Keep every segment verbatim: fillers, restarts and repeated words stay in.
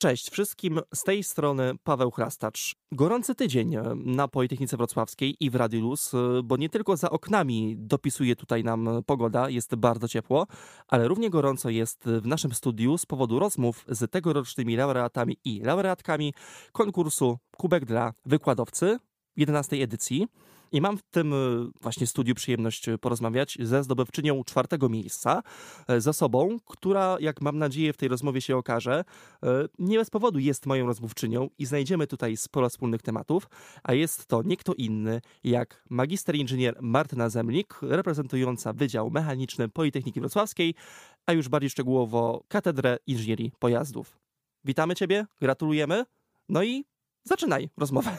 Cześć wszystkim, z tej strony Paweł Chrastacz. Gorący tydzień na Politechnice Wrocławskiej i w Radiu Luz, bo nie tylko za oknami dopisuje tutaj nam pogoda, jest bardzo ciepło, ale równie gorąco jest w naszym studiu z powodu rozmów z tegorocznymi laureatami i laureatkami konkursu Kubek dla Wykładowcy jedenastej edycji. I mam w tym właśnie studiu przyjemność porozmawiać ze zdobywczynią czwartego miejsca, z osobą, która, jak mam nadzieję w tej rozmowie się okaże, nie bez powodu jest moją rozmówczynią i znajdziemy tutaj sporo wspólnych tematów, a jest to nie kto inny jak magister inżynier Martyna Zemlik, reprezentująca Wydział Mechaniczny Politechniki Wrocławskiej, a już bardziej szczegółowo Katedrę Inżynierii Pojazdów. Witamy Ciebie, gratulujemy, no i zaczynaj rozmowę.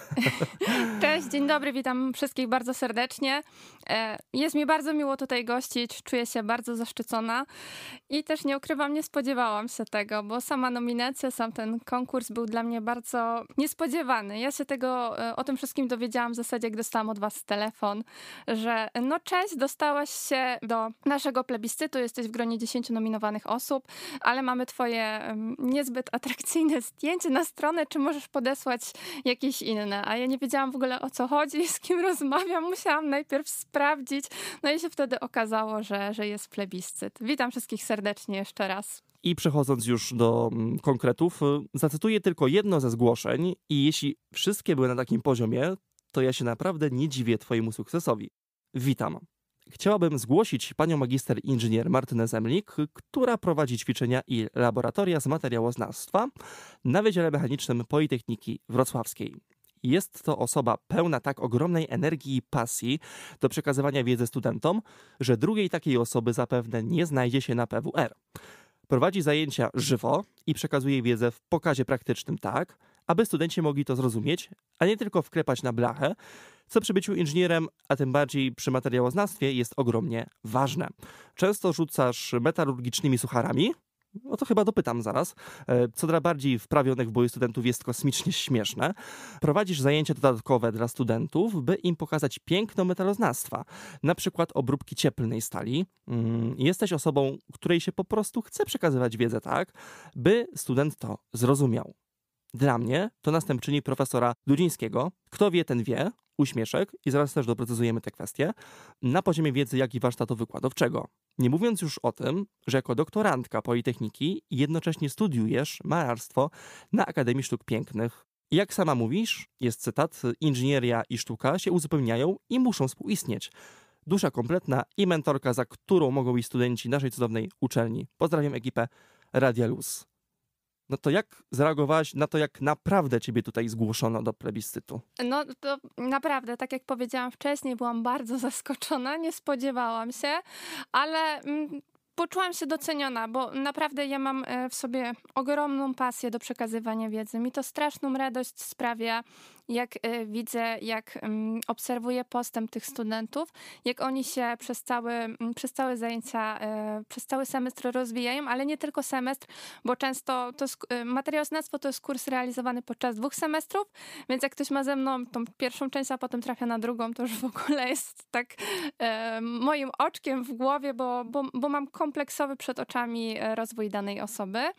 Cześć, dzień dobry, witam wszystkich bardzo serdecznie. Jest mi bardzo miło tutaj gościć, czuję się bardzo zaszczycona i też nie ukrywam, nie spodziewałam się tego, bo sama nominacja, sam ten konkurs był dla mnie bardzo niespodziewany. Ja się tego, o tym wszystkim dowiedziałam w zasadzie, jak dostałam od was telefon, że no cześć, dostałaś się do naszego plebiscytu, jesteś w gronie dziesięciu nominowanych osób, ale mamy twoje niezbyt atrakcyjne zdjęcie na stronę, czy możesz podesłać jakieś inne, a ja nie wiedziałam w ogóle o co chodzi, z kim rozmawiam, musiałam najpierw sprawdzić, no i się wtedy okazało, że, że jest plebiscyt. Witam wszystkich serdecznie jeszcze raz. I przechodząc już do konkretów, zacytuję tylko jedno ze zgłoszeń i jeśli wszystkie były na takim poziomie, to ja się naprawdę nie dziwię twojemu sukcesowi. Witam. Chciałabym zgłosić panią magister inżynier Martynę Zemlik, która prowadzi ćwiczenia i laboratoria z materiałoznawstwa na Wydziale Mechanicznym Politechniki Wrocławskiej. Jest to osoba pełna tak ogromnej energii i pasji do przekazywania wiedzy studentom, że drugiej takiej osoby zapewne nie znajdzie się na P W R. Prowadzi zajęcia żywo i przekazuje wiedzę w pokazie praktycznym tak, aby studenci mogli to zrozumieć, a nie tylko wklepać na blachę, co przy byciu inżynierem, a tym bardziej przy materiałoznawstwie jest ogromnie ważne. Często rzucasz metalurgicznymi sucharami, no to chyba dopytam zaraz, co dla bardziej wprawionych w boju studentów jest kosmicznie śmieszne. Prowadzisz zajęcia dodatkowe dla studentów, by im pokazać piękno metaloznawstwa, na przykład obróbki cieplnej stali. Jesteś osobą, której się po prostu chce przekazywać wiedzę tak, by student to zrozumiał. Dla mnie to następczyni profesora Dudzińskiego. Kto wie, ten wie. Uśmieszek. I zaraz też doprecyzujemy te kwestie. Na poziomie wiedzy, jak i warsztatu wykładowczego. Nie mówiąc już o tym, że jako doktorantka Politechniki jednocześnie studiujesz malarstwo na Akademii Sztuk Pięknych. I jak sama mówisz, jest cytat, inżynieria i sztuka się uzupełniają i muszą współistnieć. Dusza kompletna i mentorka, za którą mogą iść studenci naszej cudownej uczelni. Pozdrawiam ekipę Radia Luz. No to jak zareagowałaś na to, jak naprawdę ciebie tutaj zgłoszono do plebiscytu? No to naprawdę, tak jak powiedziałam wcześniej, byłam bardzo zaskoczona, nie spodziewałam się, ale mm, poczułam się doceniona, bo naprawdę ja mam w sobie ogromną pasję do przekazywania wiedzy. Mi to straszną radość sprawia, jak y, widzę, jak y, obserwuję postęp tych studentów, jak oni się przez, cały, y, przez całe zajęcia, y, przez cały semestr rozwijają, ale nie tylko semestr, bo często to y, materiałoznawstwo to jest kurs realizowany podczas dwóch semestrów, więc jak ktoś ma ze mną tą pierwszą część, a potem trafia na drugą, to już w ogóle jest tak y, moim oczkiem w głowie, bo, bo, bo mam kompleksowy przed oczami rozwój danej osoby. Y,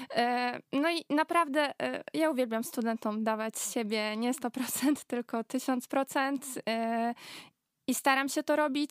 no i naprawdę y, ja uwielbiam studentom dawać siebie nie sto procent, tylko tysiąc procent i staram się to robić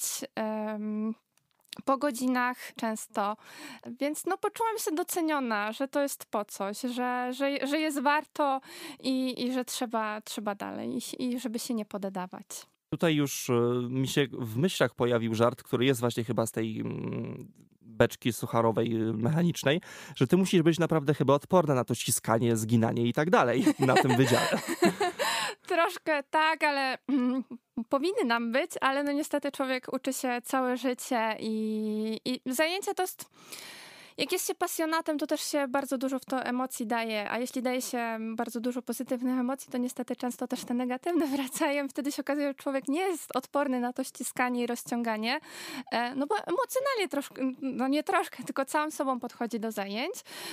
po godzinach często, więc no poczułam się doceniona, że to jest po coś, że, że, że jest warto i, i że trzeba, trzeba dalej i, i żeby się nie poddawać. Tutaj już mi się w myślach pojawił żart, który jest właśnie chyba z tej beczki sucharowej, mechanicznej, że ty musisz być naprawdę chyba odporna na to ściskanie, zginanie i tak dalej na tym wydziale. Troszkę tak, ale mm, powinny nam być, ale no niestety człowiek uczy się całe życie i, i zajęcia to jest... Jak jest się pasjonatem, to też się bardzo dużo w to emocji daje, a jeśli daje się bardzo dużo pozytywnych emocji, to niestety często też te negatywne wracają. Wtedy się okazuje, że człowiek nie jest odporny na to ściskanie i rozciąganie, no bo emocjonalnie troszkę, no nie troszkę, tylko całą sobą podchodzi do zajęć.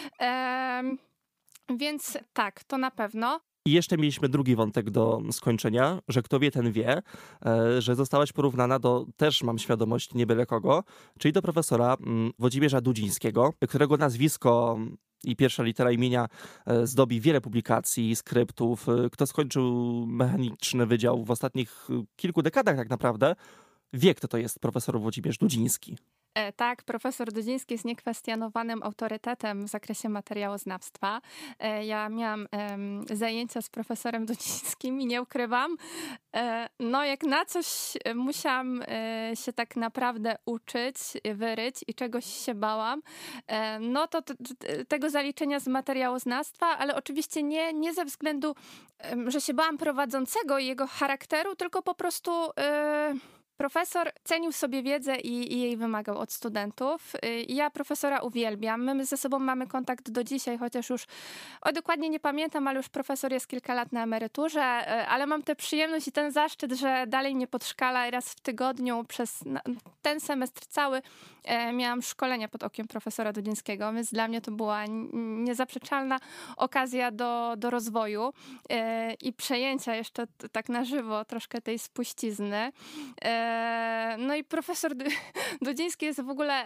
Więc tak, to na pewno. I jeszcze mieliśmy drugi wątek do skończenia, że kto wie, ten wie, że zostałaś porównana do, też mam świadomość, nie byle kogo, czyli do profesora Włodzimierza Dudzińskiego, którego nazwisko i pierwsza litera imienia zdobi wiele publikacji, skryptów. Kto skończył mechaniczny wydział w ostatnich kilku dekadach tak naprawdę, wie, kto to jest profesor Włodzimierz Dudziński. E, tak, profesor Dudziński jest niekwestionowanym autorytetem w zakresie materiałoznawstwa. E, ja miałam e, zajęcia z profesorem Dudzińskim i nie ukrywam, e, no jak na coś musiałam e, się tak naprawdę uczyć, wyryć i czegoś się bałam, e, no to t, t, tego zaliczenia z materiałoznawstwa, ale oczywiście nie, nie ze względu, e, że się bałam prowadzącego i jego charakteru, tylko po prostu... E, Profesor cenił sobie wiedzę i, i jej wymagał od studentów. Ja profesora uwielbiam. My ze sobą mamy kontakt do dzisiaj, chociaż już o, dokładnie nie pamiętam, ale już profesor jest kilka lat na emeryturze, ale mam tę przyjemność i ten zaszczyt, że dalej mnie podszkala i raz w tygodniu przez ten semestr cały miałam szkolenia pod okiem profesora Dudzińskiego, więc dla mnie to była niezaprzeczalna okazja do, do rozwoju i przejęcia jeszcze tak na żywo troszkę tej spuścizny. No i profesor Dudziński jest w ogóle...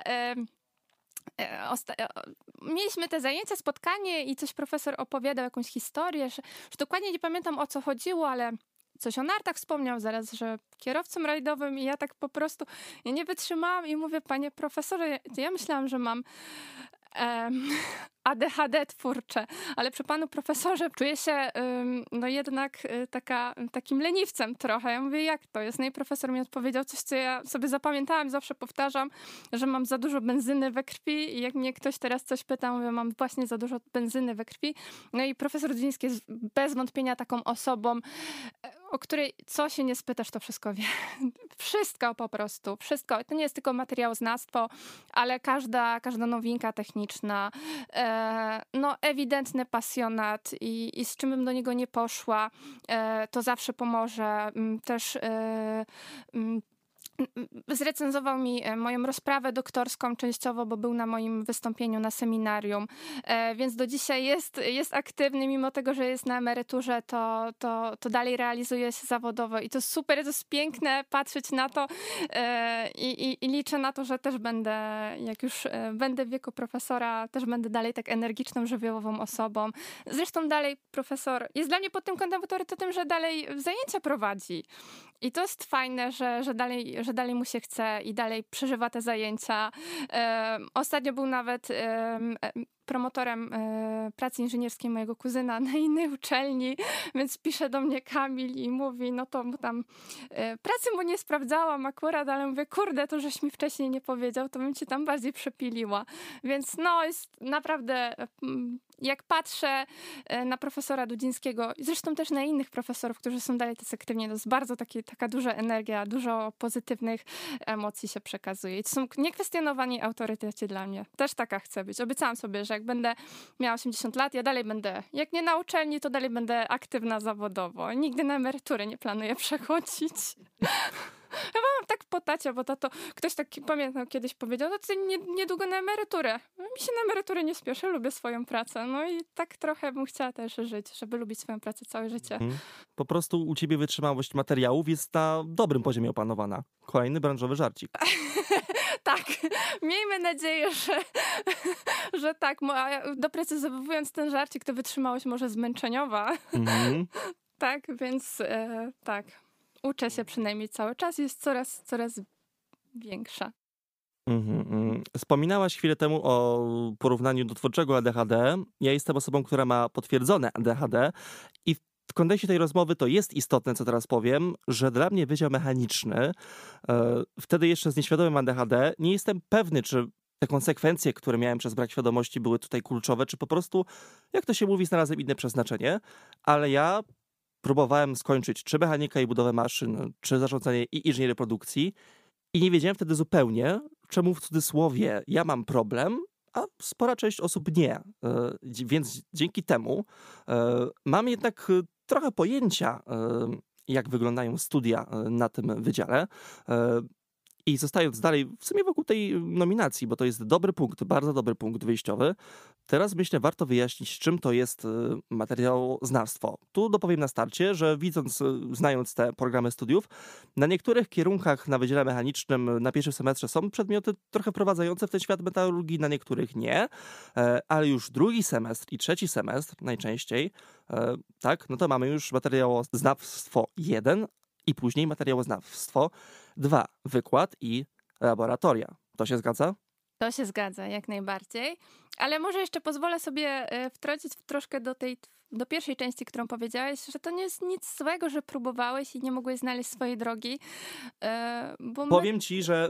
Mieliśmy te zajęcia, spotkanie i coś profesor opowiadał, jakąś historię, że, że dokładnie nie pamiętam, o co chodziło, ale coś o nartach wspomniał zaraz, że kierowcą rajdowym i ja tak po prostu ja nie wytrzymałam i mówię, panie profesorze, ja myślałam, że mam um, A D H D twórcze, ale przy panu profesorze czuję się um, no jednak y, taka, takim leniwcem trochę. Ja mówię, jak to jest? No i profesor mi odpowiedział coś, co ja sobie zapamiętałam, zawsze powtarzam, że mam za dużo benzyny we krwi i jak mnie ktoś teraz coś pyta, mówię, mam właśnie za dużo benzyny we krwi. No i profesor Dudziński jest bez wątpienia taką osobą, o której co się nie spytasz, to wszystko wie. Wszystko po prostu, wszystko. To nie jest tylko materiałoznawstwo, ale każda, każda nowinka techniczna, e, no ewidentny pasjonat i, i z czym bym do niego nie poszła, e, to zawsze pomoże. Też e, zrecenzował mi moją rozprawę doktorską częściowo, bo był na moim wystąpieniu na seminarium, e, więc do dzisiaj jest, jest aktywny, mimo tego, że jest na emeryturze, to, to, to dalej realizuje się zawodowo i to super, to jest piękne patrzeć na to e, i, i liczę na to, że też będę, jak już e, będę w wieku profesora, też będę dalej tak energiczną, żywiołową osobą. Zresztą dalej profesor jest dla mnie pod tym kątem autorytetem, że dalej zajęcia prowadzi. I to jest fajne, że, że, dalej, że dalej mu się chce i dalej przeżywa te zajęcia. E, ostatnio był nawet e, promotorem e, pracy inżynierskiej mojego kuzyna na innej uczelni, więc pisze do mnie Kamil i mówi, no to mu tam e, pracy mu nie sprawdzałam akurat, ale mówię, kurde, to żeś mi wcześniej nie powiedział, to bym cię tam bardziej przepiliła. Więc no jest naprawdę, jak patrzę na profesora Dudzińskiego, zresztą też na innych profesorów, którzy są dalej tacy aktywni, to jest bardzo takie, taka duża energia, dużo pozytywnych emocji się przekazuje. I to są niekwestionowani autoryteci dla mnie. Też taka chcę być. Obiecałam sobie, że jak będę miała osiemdziesiąt lat, ja dalej będę, jak nie na uczelni, to dalej będę aktywna zawodowo. Nigdy na emeryturę nie planuję przechodzić. Ja mam tak po tacie, bo tato, ktoś tak, pamiętam, kiedyś powiedział, no ty nie, niedługo na emeryturę. Mi się na emeryturę nie spieszy, lubię swoją pracę. No i tak trochę bym chciała też żyć, żeby lubić swoją pracę całe życie. Hmm. Po prostu u ciebie wytrzymałość materiałów jest na dobrym poziomie opanowana. Kolejny branżowy żarcik. Tak, miejmy nadzieję, że, że tak. Doprecyzowując ten żarcik, to wytrzymałość może zmęczeniowa. Mm-hmm. Tak, więc e, tak. Uczę się przynajmniej cały czas, jest coraz, coraz większa. Mm-hmm. Wspominałaś chwilę temu o porównaniu do twórczego A D H D. Ja jestem osobą, która ma potwierdzone A D H D i w kontekście tej rozmowy to jest istotne, co teraz powiem, że dla mnie wydział mechaniczny, e, wtedy jeszcze z nieświadomym A D H D, nie jestem pewny, czy te konsekwencje, które miałem przez brak świadomości, były tutaj kluczowe, czy po prostu, jak to się mówi, znalazłem inne przeznaczenie, ale ja próbowałem skończyć czy mechanikę i budowę maszyn, czy zarządzanie i inżynierię produkcji i nie wiedziałem wtedy zupełnie, czemu w cudzysłowie ja mam problem, a spora część osób nie. Więc dzięki temu mam jednak trochę pojęcia, jak wyglądają studia na tym wydziale. I zostając dalej w sumie wokół tej nominacji, bo to jest dobry punkt, bardzo dobry punkt wyjściowy, teraz myślę, warto wyjaśnić, czym to jest y, materiałoznawstwo. Tu dopowiem na starcie, że widząc, y, znając te programy studiów, na niektórych kierunkach na Wydziale Mechanicznym na pierwszym semestrze są przedmioty trochę wprowadzające w ten świat metalurgii, na niektórych nie, e, ale już drugi semestr i trzeci semestr najczęściej, e, tak, no to mamy już materiałoznawstwo jeden i później materiałoznawstwo dwa, wykład i laboratoria. To się zgadza? To się zgadza, jak najbardziej. Ale może jeszcze pozwolę sobie e, wtrącić troszkę do tej, do pierwszej części, którą powiedziałeś, że to nie jest nic złego, że próbowałeś i nie mogłeś znaleźć swojej drogi. E, bo my... Powiem ci, że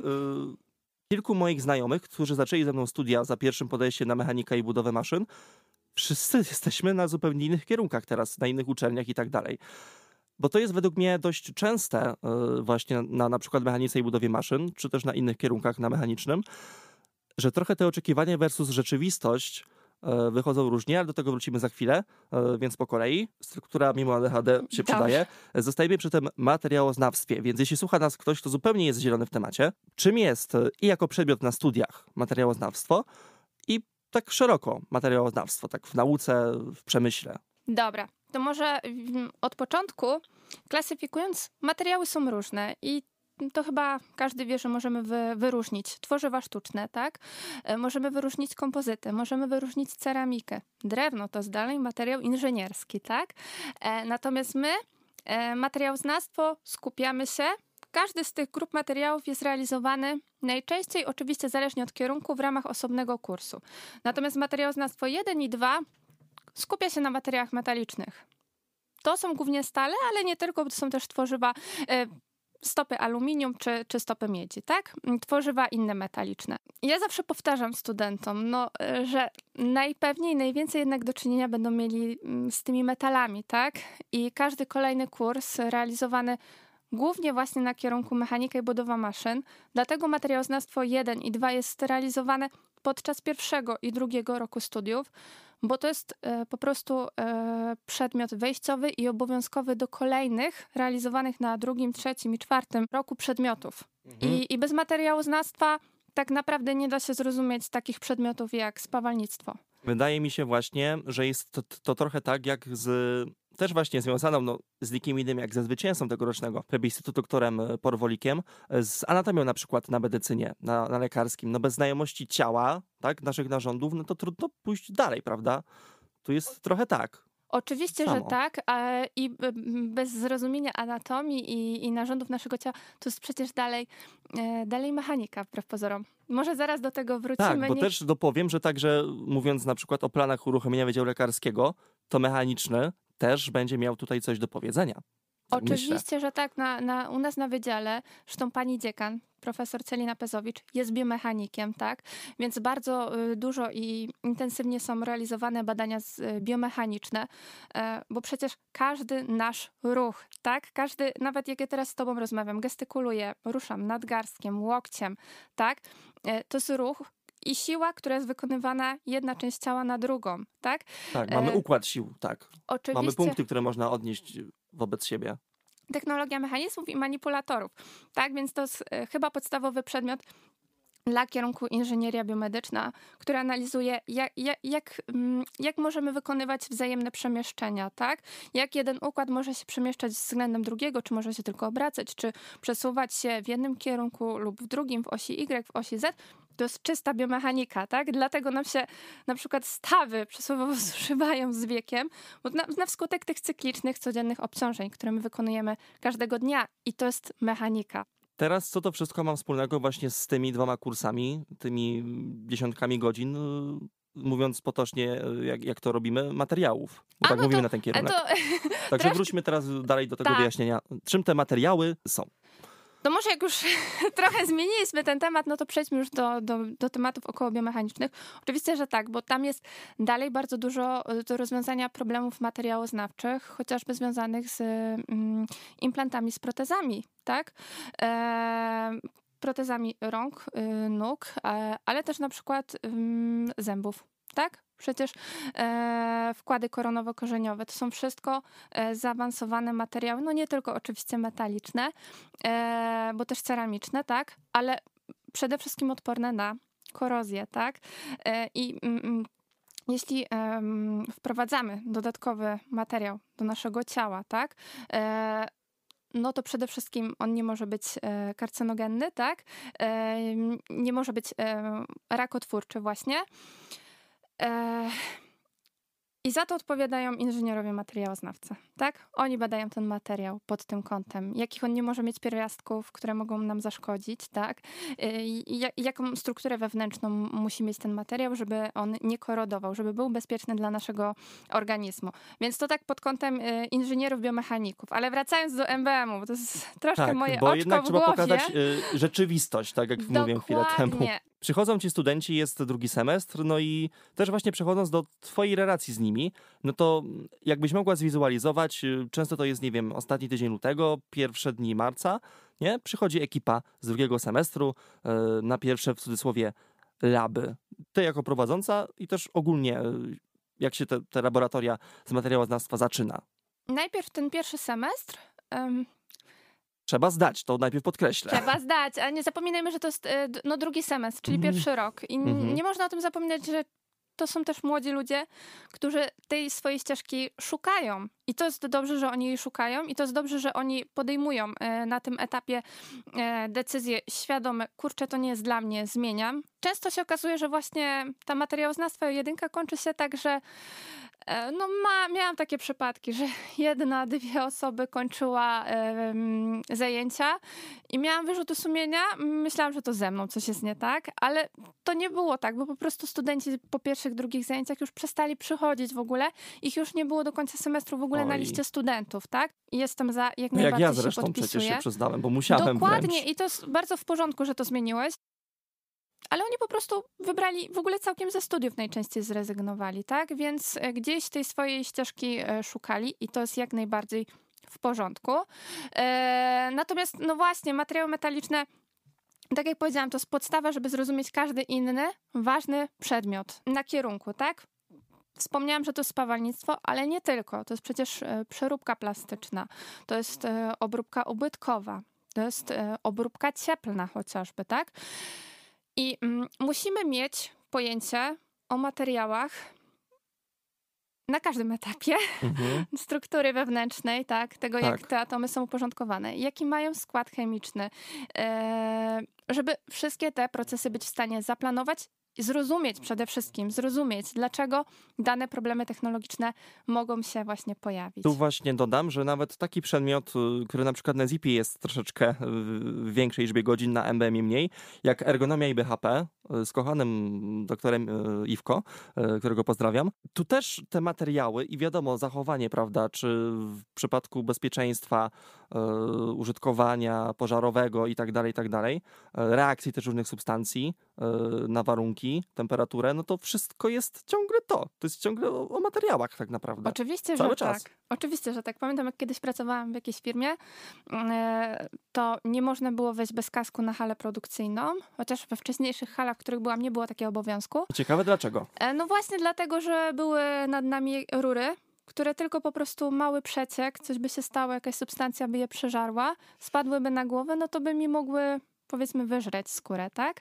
y, kilku moich znajomych, którzy zaczęli ze mną studia za pierwszym podejściem na mechanikę i budowę maszyn, wszyscy jesteśmy na zupełnie innych kierunkach teraz, na innych uczelniach i tak dalej. Bo to jest według mnie dość częste y, właśnie na na przykład mechanice i budowie maszyn, czy też na innych kierunkach na mechanicznym, że trochę te oczekiwania versus rzeczywistość y, wychodzą różnie, ale do tego wrócimy za chwilę, y, więc po kolei. Struktura mimo A D H D się Dobrze. przydaje. Zostajemy przy tym materiałoznawstwie, więc jeśli słucha nas ktoś, kto zupełnie jest zielony w temacie, czym jest y, i jako przedmiot na studiach materiałoznawstwo i tak szeroko materiałoznawstwo, tak w nauce, w przemyśle. Dobra, to może mm, od początku, klasyfikując, materiały są różne i to chyba każdy wie, że możemy wy, wyróżnić tworzywa sztuczne, tak? E, Możemy wyróżnić kompozyty, możemy wyróżnić ceramikę. Drewno to jest dalej materiał inżynierski, tak? E, Natomiast my, e, materiałoznawstwo, skupiamy się. Każdy z tych grup materiałów jest realizowany najczęściej, oczywiście zależnie od kierunku, w ramach osobnego kursu. Natomiast materiałoznawstwo jeden i dwa skupia się na materiałach metalicznych. To są głównie stale, ale nie tylko, to są też tworzywa, e, stopy aluminium czy, czy stopy miedzi, tak? Tworzywa inne metaliczne. Ja zawsze powtarzam studentom, no, e, że najpewniej, najwięcej jednak do czynienia będą mieli mm, z tymi metalami, tak? I każdy kolejny kurs realizowany głównie właśnie na kierunku mechanika i budowa maszyn. Dlatego materiałoznawstwo jeden i dwa jest realizowane podczas pierwszego i drugiego roku studiów, bo to jest e, po prostu e, przedmiot wejściowy i obowiązkowy do kolejnych realizowanych na drugim, trzecim i czwartym roku przedmiotów. Mhm. I, I bez materiałoznawstwa tak naprawdę nie da się zrozumieć takich przedmiotów jak spawalnictwo. Wydaje mi się właśnie, że jest to, to trochę tak jak z, też właśnie związaną no, z nikim innym jak ze zwycięzcą tegorocznego plebiscytu doktorem Porwolikiem, z anatomią na przykład na medycynie, na, na lekarskim. No bez znajomości ciała, tak, naszych narządów, no to trudno pójść dalej, prawda? Tu jest trochę tak. Oczywiście, Samo. że tak. a- I b- bez zrozumienia anatomii i, i narządów naszego ciała, to jest przecież dalej, e, dalej mechanika, wbrew pozorom. Może zaraz do tego wrócimy. Tak, bo Nie- też dopowiem, że także mówiąc na przykład o planach uruchomienia Wydziału Lekarskiego, to mechaniczny też będzie miał tutaj coś do powiedzenia. Tak Oczywiście, myślę. że tak. Na, na, u nas na wydziale, zresztą pani dziekan, profesor Celina Pezowicz, jest biomechanikiem, tak? Więc bardzo y, dużo i intensywnie są realizowane badania z, y, biomechaniczne, e, bo przecież każdy nasz ruch, tak? Każdy, nawet jak ja teraz z tobą rozmawiam, gestykuluję, ruszam nadgarstkiem, łokciem, tak? E, to jest ruch i siła, która jest wykonywana jedna część ciała na drugą, tak? Tak, mamy E, układ sił, tak. Oczywiście. Mamy punkty, które można odnieść wobec siebie. Technologia mechanizmów i manipulatorów. Tak, więc to jest e, chyba podstawowy przedmiot dla kierunku inżynieria biomedyczna, który analizuje, jak, jak, jak, mm, jak możemy wykonywać wzajemne przemieszczenia, tak? Jak jeden układ może się przemieszczać względem drugiego, czy może się tylko obracać, czy przesuwać się w jednym kierunku lub w drugim, w osi Y, w osi Z. To jest czysta biomechanika, tak? Dlatego nam się na przykład stawy przysłowiowo zużywają z wiekiem, bo na, na wskutek tych cyklicznych, codziennych obciążeń, które my wykonujemy każdego dnia i to jest mechanika. Teraz co to wszystko ma wspólnego właśnie z tymi dwoma kursami, tymi dziesiątkami godzin, y, mówiąc potocznie, y, jak, jak to robimy, materiałów. Bo A, tak no mówimy to- na ten E, kierunek. To, Także troszkę- wróćmy teraz dalej do tego Tak. wyjaśnienia. Czym te materiały są? to może jak już trochę zmieniliśmy ten temat, no to przejdźmy już do, do, do tematów około biomechanicznych. Oczywiście, że tak, bo tam jest dalej bardzo dużo y, do rozwiązania problemów materiałoznawczych, chociażby związanych z mm, implantami, z protezami, tak? E, protezami rąk, y, nóg, e, ale też na przykład ym, zębów, tak? Przecież e, wkłady koronowo-korzeniowe to są wszystko e, zaawansowane materiały, no nie tylko oczywiście metaliczne, e, bo też ceramiczne, tak? Ale przede wszystkim odporne na korozję, tak? E, I mm, jeśli em, wprowadzamy dodatkowy materiał do naszego ciała, tak? E, no to przede wszystkim on nie może być e, karcenogenny, tak? E, nie może być e, rakotwórczy właśnie. E, I za to odpowiadają inżynierowie materiałoznawcy, tak? Oni badają ten materiał pod tym kątem, jakich on nie może mieć pierwiastków, które mogą nam zaszkodzić, tak? I jak, jaką strukturę wewnętrzną musi mieć ten materiał, żeby on nie korodował, żeby był bezpieczny dla naszego organizmu. Więc to tak pod kątem y, inżynierów biomechaników. Ale wracając do M B M-u, bo to jest troszkę Tak, moje bo oczko jednak w trzeba głowie. pokazać y, rzeczywistość, tak jak mówiłem chwilę temu. Dokładnie. Przychodzą ci studenci, jest drugi semestr, no i też właśnie przechodząc do twojej relacji z nimi, no to jakbyś mogła zwizualizować, y, często to jest, nie wiem, ostatni tydzień lutego, pierwsze dni marca, nie? Przychodzi ekipa z drugiego semestru y, na pierwsze, w cudzysłowie, laby. Ty jako prowadząca i też ogólnie, y, jak się te, te laboratoria z materiałoznawstwa zaczyna. Najpierw ten pierwszy semestr... Um... Trzeba zdać, to najpierw podkreślę. Trzeba zdać, ale nie zapominajmy, że to jest e, d- no, drugi semestr, czyli Mhm. pierwszy rok. I n- Mhm. nie można o tym zapominać, że to są też młodzi ludzie, którzy tej swojej ścieżki szukają. I to jest dobrze, że oni jej szukają i to jest dobrze, że oni podejmują e, na tym etapie e, decyzje świadome. Kurczę, to nie jest dla mnie, zmieniam. Często się okazuje, że właśnie ta materiałoznawstwa jedynka kończy się tak, że e, no ma, miałam takie przypadki, że jedna, dwie osoby kończyła e, zajęcia i miałam wyrzuty sumienia. Myślałam, że to ze mną coś jest nie tak, ale to nie było tak, bo po prostu studenci po pierwszych, drugich zajęciach już przestali przychodzić w ogóle. Ich już nie było do końca semestru w ogóle Oj. na liście studentów, tak? I jestem za, jak No jak najbardziej ja się zresztą podpisuję. przecież się przyznałem, bo musiałem Dokładnie wręcz. i to jest bardzo w porządku, że to zmieniłeś. Ale oni po prostu wybrali, w ogóle całkiem ze studiów najczęściej zrezygnowali, tak? Więc e, gdzieś tej swojej ścieżki e, szukali i to jest jak najbardziej w porządku. E, natomiast, no właśnie, materiały metaliczne, tak jak powiedziałam, to jest podstawa, żeby zrozumieć każdy inny ważny przedmiot na kierunku, tak? Wspomniałam, że to jest spawalnictwo, ale nie tylko. To jest przecież e, przeróbka plastyczna, to jest e, obróbka ubytkowa, to jest e, obróbka cieplna chociażby, tak? I mm, musimy mieć pojęcie o materiałach na każdym etapie Mhm. struktury wewnętrznej, tak, tego jak Tak. te atomy są uporządkowane, jaki mają skład chemiczny, e, żeby wszystkie te procesy być w stanie zaplanować i zrozumieć przede wszystkim, zrozumieć, dlaczego dane problemy technologiczne mogą się właśnie pojawić. Tu właśnie dodam, że nawet taki przedmiot, y, który na przykład na zipie jest troszeczkę w większej liczbie godzin, na M B M-ie mniej, jak ergonomia i B H P y, z kochanym doktorem y, Iwko, y, którego pozdrawiam. Tu też te materiały i wiadomo, zachowanie, prawda, czy w przypadku bezpieczeństwa, y, użytkowania pożarowego i tak dalej, i tak dalej, y, reakcji też różnych substancji y, na warunki, temperaturę, no to wszystko jest ciągle to. To jest ciągle o, o materiałach tak naprawdę. Oczywiście, Cały że czas. tak. Oczywiście, że tak. Pamiętam, jak kiedyś pracowałam w jakiejś firmie, e, to nie można było wejść bez kasku na halę produkcyjną, chociaż we wcześniejszych halach, w których byłam, nie było takiego obowiązku. Ciekawe dlaczego. E, no właśnie dlatego, że były nad nami rury, które tylko po prostu mały przeciek, coś by się stało, jakaś substancja by je przeżarła, spadłyby na głowę, no to by mi mogły, powiedzmy, wyżreć skórę, tak?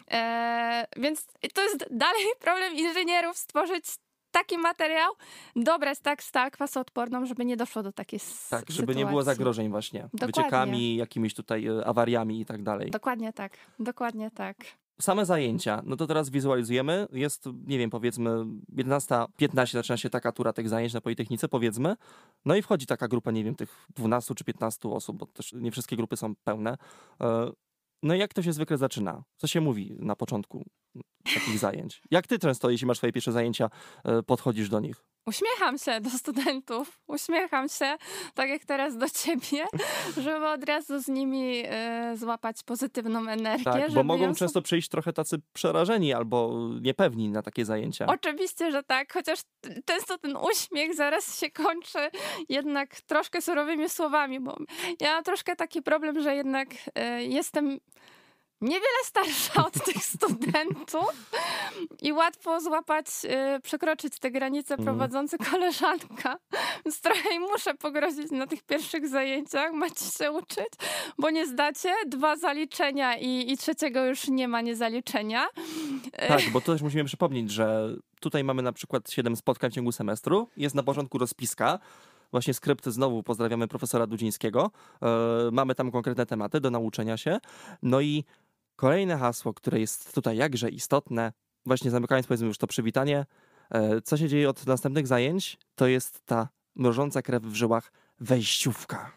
E, więc to jest dalej problem inżynierów, stworzyć taki materiał, dobrać tak stal kwasoodporną, żeby nie doszło do takiej s- Tak, żeby sytuacji. nie było zagrożeń właśnie. Dokładnie. Wyciekami, jakimiś tutaj e, awariami i tak dalej. Dokładnie tak, dokładnie tak. Same zajęcia, no to teraz wizualizujemy, jest, nie wiem, powiedzmy jedenasta piętnaście zaczyna się taka tura tych zajęć na Politechnice, powiedzmy, no i wchodzi taka grupa, nie wiem, tych dwunastu czy piętnastu osób, bo też nie wszystkie grupy są pełne. E, No i jak to się zwykle zaczyna? Co się mówi na początku takich zajęć? Jak ty często, jeśli masz swoje pierwsze zajęcia, e, podchodzisz do nich? Uśmiecham się do studentów, uśmiecham się, tak jak teraz do ciebie, żeby od razu z nimi e, złapać pozytywną energię. Tak, bo żeby mogą ją często przyjść trochę tacy przerażeni albo niepewni na takie zajęcia. Oczywiście, że tak, chociaż t- często ten uśmiech zaraz się kończy jednak troszkę surowymi słowami, bo ja mam troszkę taki problem, że jednak e, jestem niewiele starsza od tych studentów i łatwo złapać, yy, przekroczyć te granice Mhm. prowadzący koleżanka. Więc trochę im muszę pogrozić na tych pierwszych zajęciach. Macie się uczyć, bo nie zdacie. Dwa zaliczenia i, i trzeciego już nie ma niezaliczenia. Tak, bo to też musimy przypomnieć, że tutaj mamy na przykład siedem spotkań w ciągu semestru. Jest na początku rozpiska. Właśnie skrypt, znowu pozdrawiamy profesora Dudzińskiego. E, mamy tam konkretne tematy do nauczenia się. No i kolejne hasło, które jest tutaj jakże istotne, właśnie zamykając powiedzmy już to przywitanie, e, co się dzieje od następnych zajęć, to jest ta mrożąca krew w żyłach wejściówka.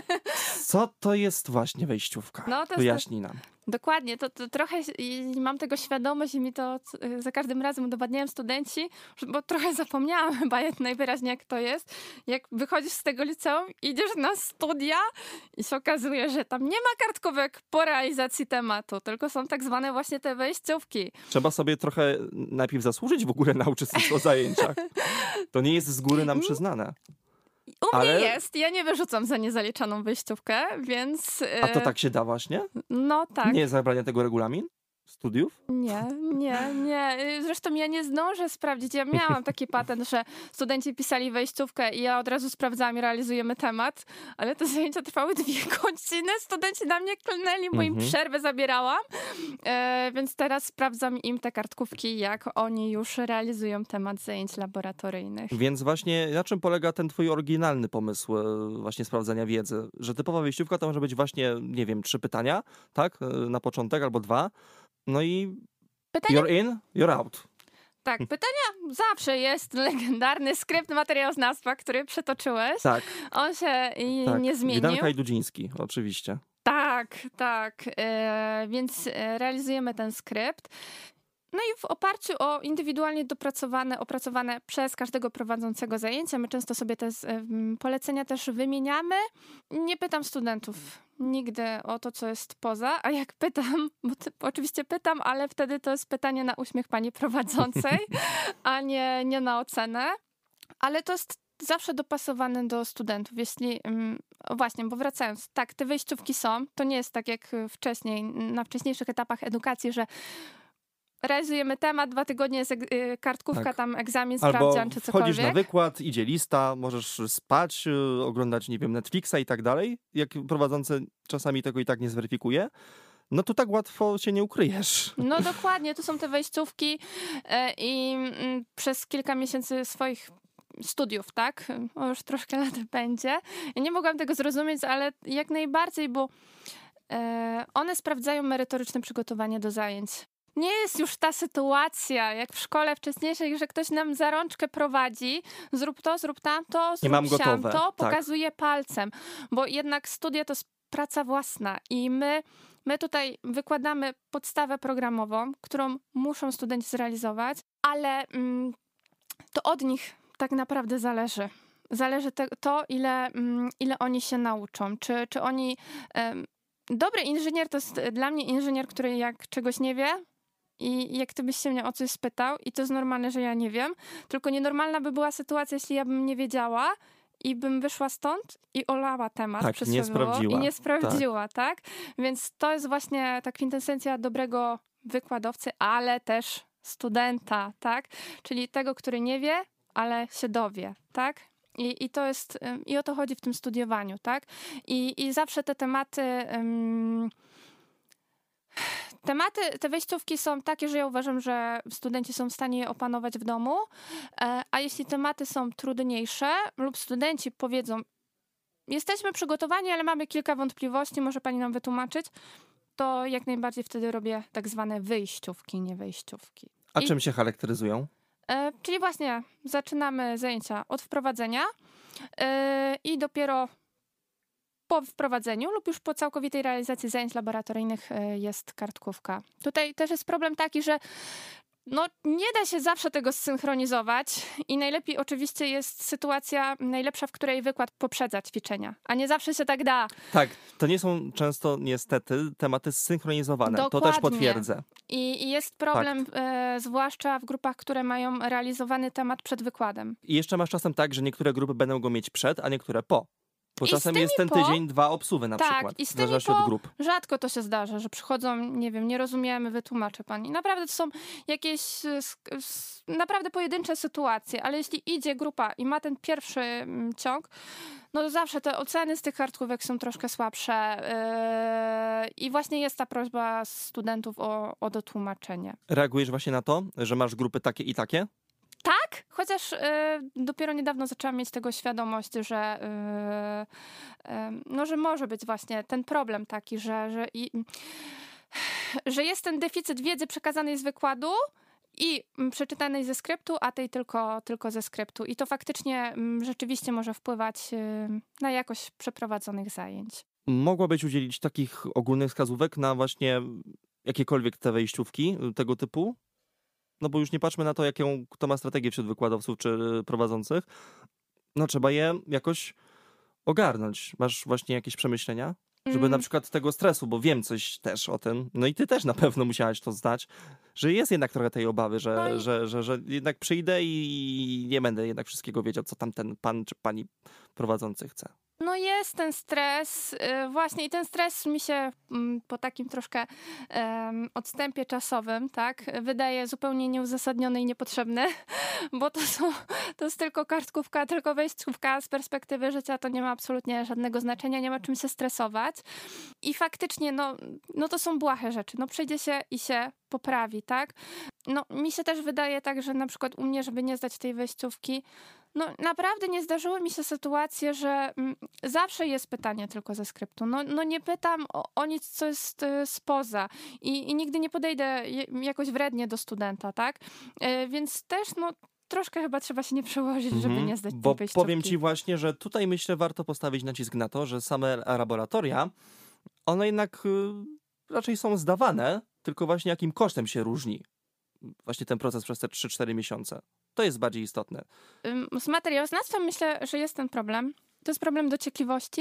Co to jest właśnie wejściówka? No, to jest Wyjaśnij nam. Dokładnie, to, to trochę i mam tego świadomość i mi to c- za każdym razem udowadniają studenci, że- bo trochę zapomniałam chyba najwyraźniej jak to jest. Jak wychodzisz z tego liceum, idziesz na studia i się okazuje, że tam nie ma kartkówek po realizacji tematu, tylko są tak zwane właśnie te wejściówki. Trzeba sobie trochę najpierw zasłużyć w ogóle na uczestnictwo w zajęciach. To nie jest z góry nam przyznane. U mnie Ale- jest, ja nie wyrzucam za niezaliczoną wejściówkę, więc... A to e, tak się da właśnie? No tak. Nie zabrania tego regulamin studiów? Nie, nie, nie. Zresztą ja nie zdążę sprawdzić. Ja miałam taki patent, że studenci pisali wejściówkę i ja od razu sprawdzałam i realizujemy temat, ale te zajęcia trwały dwie godziny. Studenci na mnie klnęli, bo im Mhm. przerwę zabierałam. E, więc teraz sprawdzam im te kartkówki, jak oni już realizują temat zajęć laboratoryjnych. Więc właśnie na czym polega ten twój oryginalny pomysł e, właśnie sprawdzania wiedzy? Że typowa wejściówka to może być właśnie, nie wiem, trzy pytania, tak? E, Na początek albo dwa. No i Pytanie? you're in, you're out. Tak, pytania zawsze jest legendarny skrypt materiałoznawstwa, który przetoczyłeś. Tak, On się i tak. nie zmienił. Widanka i Dudziński, oczywiście. Tak, tak. E, więc e, realizujemy ten skrypt. No i w oparciu o indywidualnie dopracowane, opracowane przez każdego prowadzącego zajęcia, my często sobie te z- em, polecenia też wymieniamy. Nie pytam studentów nigdy o to, co jest poza, a jak pytam, bo ty, oczywiście pytam, ale wtedy to jest pytanie na uśmiech pani prowadzącej, a nie, nie na ocenę. Ale to jest zawsze dopasowane do studentów. Jeśli, mm, o właśnie, bo wracając, tak, te wejściówki są, to nie jest tak jak wcześniej, na wcześniejszych etapach edukacji, że realizujemy temat, dwa tygodnie jest eg- y, kartkówka, Tak. tam egzamin, Albo sprawdzian czy wchodzisz na cokolwiek. wykład, idzie lista, możesz spać, y, oglądać, nie wiem, Netflixa i tak dalej. Jak prowadzący czasami tego i tak nie zweryfikuje, no to tak łatwo się nie ukryjesz. No dokładnie, to są te wejściówki e, i mm, przez kilka miesięcy swoich studiów, tak? O, już troszkę lat będzie. Ja nie mogłam tego zrozumieć, ale jak najbardziej, bo e, one sprawdzają merytoryczne przygotowanie do zajęć. Nie jest już ta sytuacja, jak w szkole wcześniejszej, że ktoś nam za rączkę prowadzi, zrób to, zrób tamto, zrób mam siam, gotowe, to, tak. pokazuje palcem, bo jednak studia to jest praca własna i my, my tutaj wykładamy podstawę programową, którą muszą studenci zrealizować, ale mm, to od nich tak naprawdę zależy. Zależy te, to, ile, mm, ile oni się nauczą. Czy, czy oni... em, dobry inżynier to jest dla mnie inżynier, który jak czegoś nie wie i jak ty byś się mnie o coś spytał i to jest normalne, że ja nie wiem, tylko nienormalna by była sytuacja, jeśli ja bym nie wiedziała i bym wyszła stąd i olała temat. Tak, przez nie słowo sprawdziła. I nie sprawdziła, tak. tak? Więc to jest właśnie ta kwintesencja dobrego wykładowcy, ale też studenta, tak? Czyli tego, który nie wie, ale się dowie, tak? I, i to jest, ym, i o to chodzi w tym studiowaniu, tak? I, i zawsze te tematy, ym, tematy, te wejściówki są takie, że ja uważam, że studenci są w stanie je opanować w domu, e, a jeśli tematy są trudniejsze lub studenci powiedzą, jesteśmy przygotowani, ale mamy kilka wątpliwości, może pani nam wytłumaczyć, to jak najbardziej wtedy robię tak zwane wyjściówki, nie wejściówki. A I- czym się charakteryzują? E, czyli właśnie zaczynamy zajęcia od wprowadzenia e, i dopiero po wprowadzeniu lub już po całkowitej realizacji zajęć laboratoryjnych e, jest kartkówka. Tutaj też jest problem taki, że no, nie da się zawsze tego zsynchronizować i najlepiej oczywiście jest sytuacja najlepsza, w której wykład poprzedza ćwiczenia, a nie zawsze się tak da. Tak, to nie są często niestety tematy zsynchronizowane. To też Dokładnie. potwierdzę. I, i jest problem e, zwłaszcza w grupach, które mają realizowany temat przed wykładem. I jeszcze masz czasem tak, że niektóre grupy będą go mieć przed, a niektóre po. Bo I czasem z tymi jest ten po- tydzień, dwa obsuwy na tak, przykład, i z w tymi zależności po od grup. rzadko to się zdarza, że przychodzą, nie wiem, nie rozumiemy, wytłumaczę pani. Naprawdę to są jakieś e, sk- s- naprawdę pojedyncze sytuacje, ale jeśli idzie grupa i ma ten pierwszy mm, ciąg, no to zawsze te oceny z tych kartkówek są troszkę słabsze yy, i właśnie jest ta prośba studentów o, o dotłumaczenie. Reagujesz właśnie na to, że masz grupy takie i takie? Tak, chociaż y, dopiero niedawno zaczęłam mieć tego świadomość, że, y, y, no, że może być właśnie ten problem taki, że, że, i, że jest ten deficyt wiedzy przekazanej z wykładu i mm, przeczytanej ze skryptu, a tej tylko, tylko ze skryptu. I to faktycznie mm, rzeczywiście może wpływać y, na jakość przeprowadzonych zajęć. Mogłabyś udzielić takich ogólnych wskazówek na właśnie jakiekolwiek te wejściówki y, tego typu? No bo już nie patrzmy na to, jaką kto ma strategię wśród wykładowców czy y, prowadzących. No trzeba je jakoś ogarnąć. Masz właśnie jakieś przemyślenia? Żeby Mm. na przykład tego stresu, bo wiem coś też o tym, no i ty też na pewno musiałaś to znać, że jest jednak trochę tej obawy, że, No i- że, że, że jednak przyjdę i nie będę jednak wszystkiego wiedział, co tam ten pan czy pani prowadzący chce. No jest ten stres, y, właśnie i ten stres mi się mm, po takim troszkę em, odstępie czasowym, tak, wydaje zupełnie nieuzasadniony i niepotrzebny, bo to są, to jest tylko kartkówka, tylko wejściówka, z perspektywy życia to nie ma absolutnie żadnego znaczenia, nie ma czym się stresować i faktycznie no, no to są błahe rzeczy, no przyjdzie się i się poprawi, tak. No mi się też wydaje tak, że na przykład u mnie, żeby nie zdać tej wejściówki, no naprawdę nie zdarzyły mi się sytuacje, że mm, zawsze jest pytanie tylko ze skryptu. No, no nie pytam o, o nic, co jest y, spoza I, i nigdy nie podejdę je, jakoś wrednie do studenta, tak? Y, więc też no troszkę chyba trzeba się nie przełożyć, żeby Mhm. nie zdać Bo tej wejściówki. powiem ci właśnie, że tutaj myślę warto postawić nacisk na to, że same laboratoria, one jednak y, raczej są zdawane, tylko właśnie jakim kosztem się różni właśnie ten proces przez te trzy cztery miesiące. To jest bardziej istotne. Ym, Z materiałoznawstwem myślę, że jest ten problem. To jest problem dociekliwości,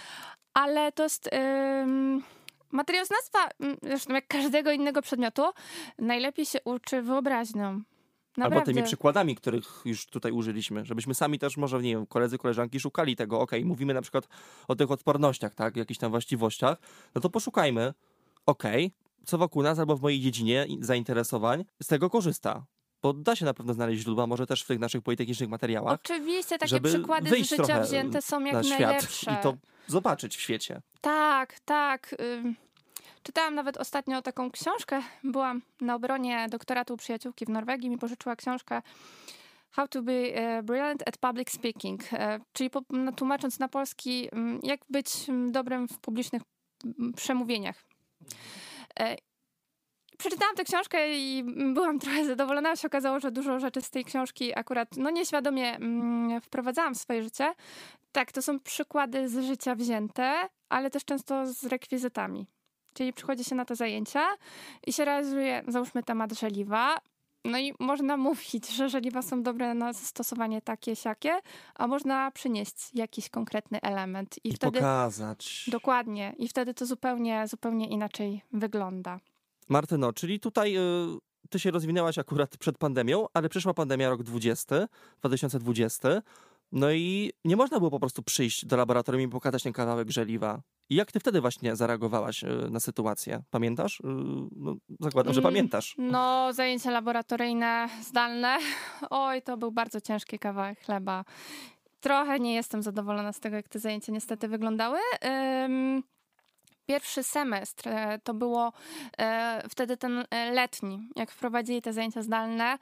ale to jest... Ym... Materiałoznawstwa, ym, zresztą jak każdego innego przedmiotu, najlepiej się uczy wyobraźnią. Naprawdę. Albo tymi przykładami, których już tutaj użyliśmy, żebyśmy sami też może, nie wiem, koledzy, koleżanki szukali tego, okej, mówimy na przykład o tych odpornościach, tak, jakichś tam właściwościach, no to poszukajmy, okej, co wokół nas albo w mojej dziedzinie zainteresowań z tego korzysta. Bo da się na pewno znaleźć źródła, może też w tych naszych politechnicznych materiałach, Oczywiście takie żeby przykłady z wyjść życia trochę wzięte są jak na świat najlepsze. i to zobaczyć w świecie. Tak, tak. Ym, Czytałam nawet ostatnio taką książkę. Byłam na obronie doktoratu u przyjaciółki w Norwegii. Mi pożyczyła książkę How to be e, brilliant at public speaking. E, czyli po, no, tłumacząc na polski, mm, jak być mm, dobrym w publicznych mm, przemówieniach. E, Przeczytałam tę książkę i byłam trochę zadowolona. Się okazało, że dużo rzeczy z tej książki akurat no nieświadomie mm, wprowadzałam w swoje życie. Tak, to są przykłady z życia wzięte, ale też często z rekwizytami. Czyli przychodzi się na te zajęcia i się realizuje, załóżmy, temat żeliwa. No i można mówić, że żeliwa są dobre na zastosowanie takie, siakie, a można przynieść jakiś konkretny element. I, I wtedy pokazać. dokładnie. I wtedy to zupełnie, zupełnie inaczej wygląda. Martyno, czyli tutaj y, ty się rozwinęłaś akurat przed pandemią, ale przyszła pandemia rok dwudziesty, dwa tysiące dwudziesty, no i nie można było po prostu przyjść do laboratorium i pokazać ten kawałek żeliwa. I jak ty wtedy właśnie zareagowałaś y, na sytuację? Pamiętasz? Y, no, zakładam, że Mm, pamiętasz. No, zajęcia laboratoryjne, zdalne. Oj, to był bardzo ciężki kawałek chleba. Trochę nie jestem zadowolona z tego, jak te zajęcia niestety wyglądały. Ym, Pierwszy semestr e, to było e, wtedy ten e, letni, jak wprowadzili te zajęcia zdalne.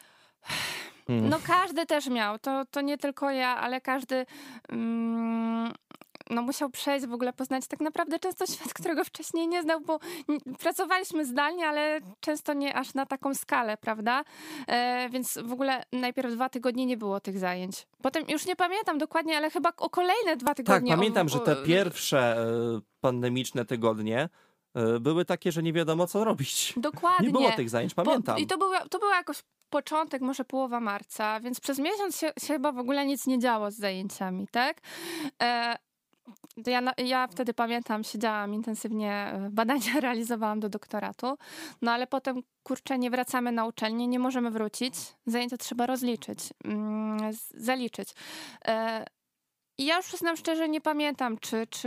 Mm. No każdy też miał, to, to nie tylko ja, ale każdy mm, no musiał przejść, w ogóle poznać tak naprawdę często świat, którego wcześniej nie znał, bo n- pracowaliśmy zdalnie, ale często nie aż na taką skalę, prawda? E, więc w ogóle najpierw dwa tygodnie nie było tych zajęć. Potem już nie pamiętam dokładnie, ale chyba o kolejne dwa Tak, tygodnie. pamiętam, o, że o, te pierwsze y, pandemiczne tygodnie y, były takie, że nie wiadomo co robić. Dokładnie. Nie było tych zajęć, pamiętam. Bo, I to był, to był jakoś początek, może połowa marca, więc przez miesiąc się, się chyba w ogóle nic nie działo z zajęciami, tak? E, to ja, na- ja wtedy pamiętam, siedziałam intensywnie, e, badania realizowałam do doktoratu, no ale potem, kurczę, nie wracamy na uczelnię, nie możemy wrócić, zajęcia trzeba rozliczyć, mm, z- zaliczyć. E, I ja już przyznam szczerze, nie pamiętam, czy, czy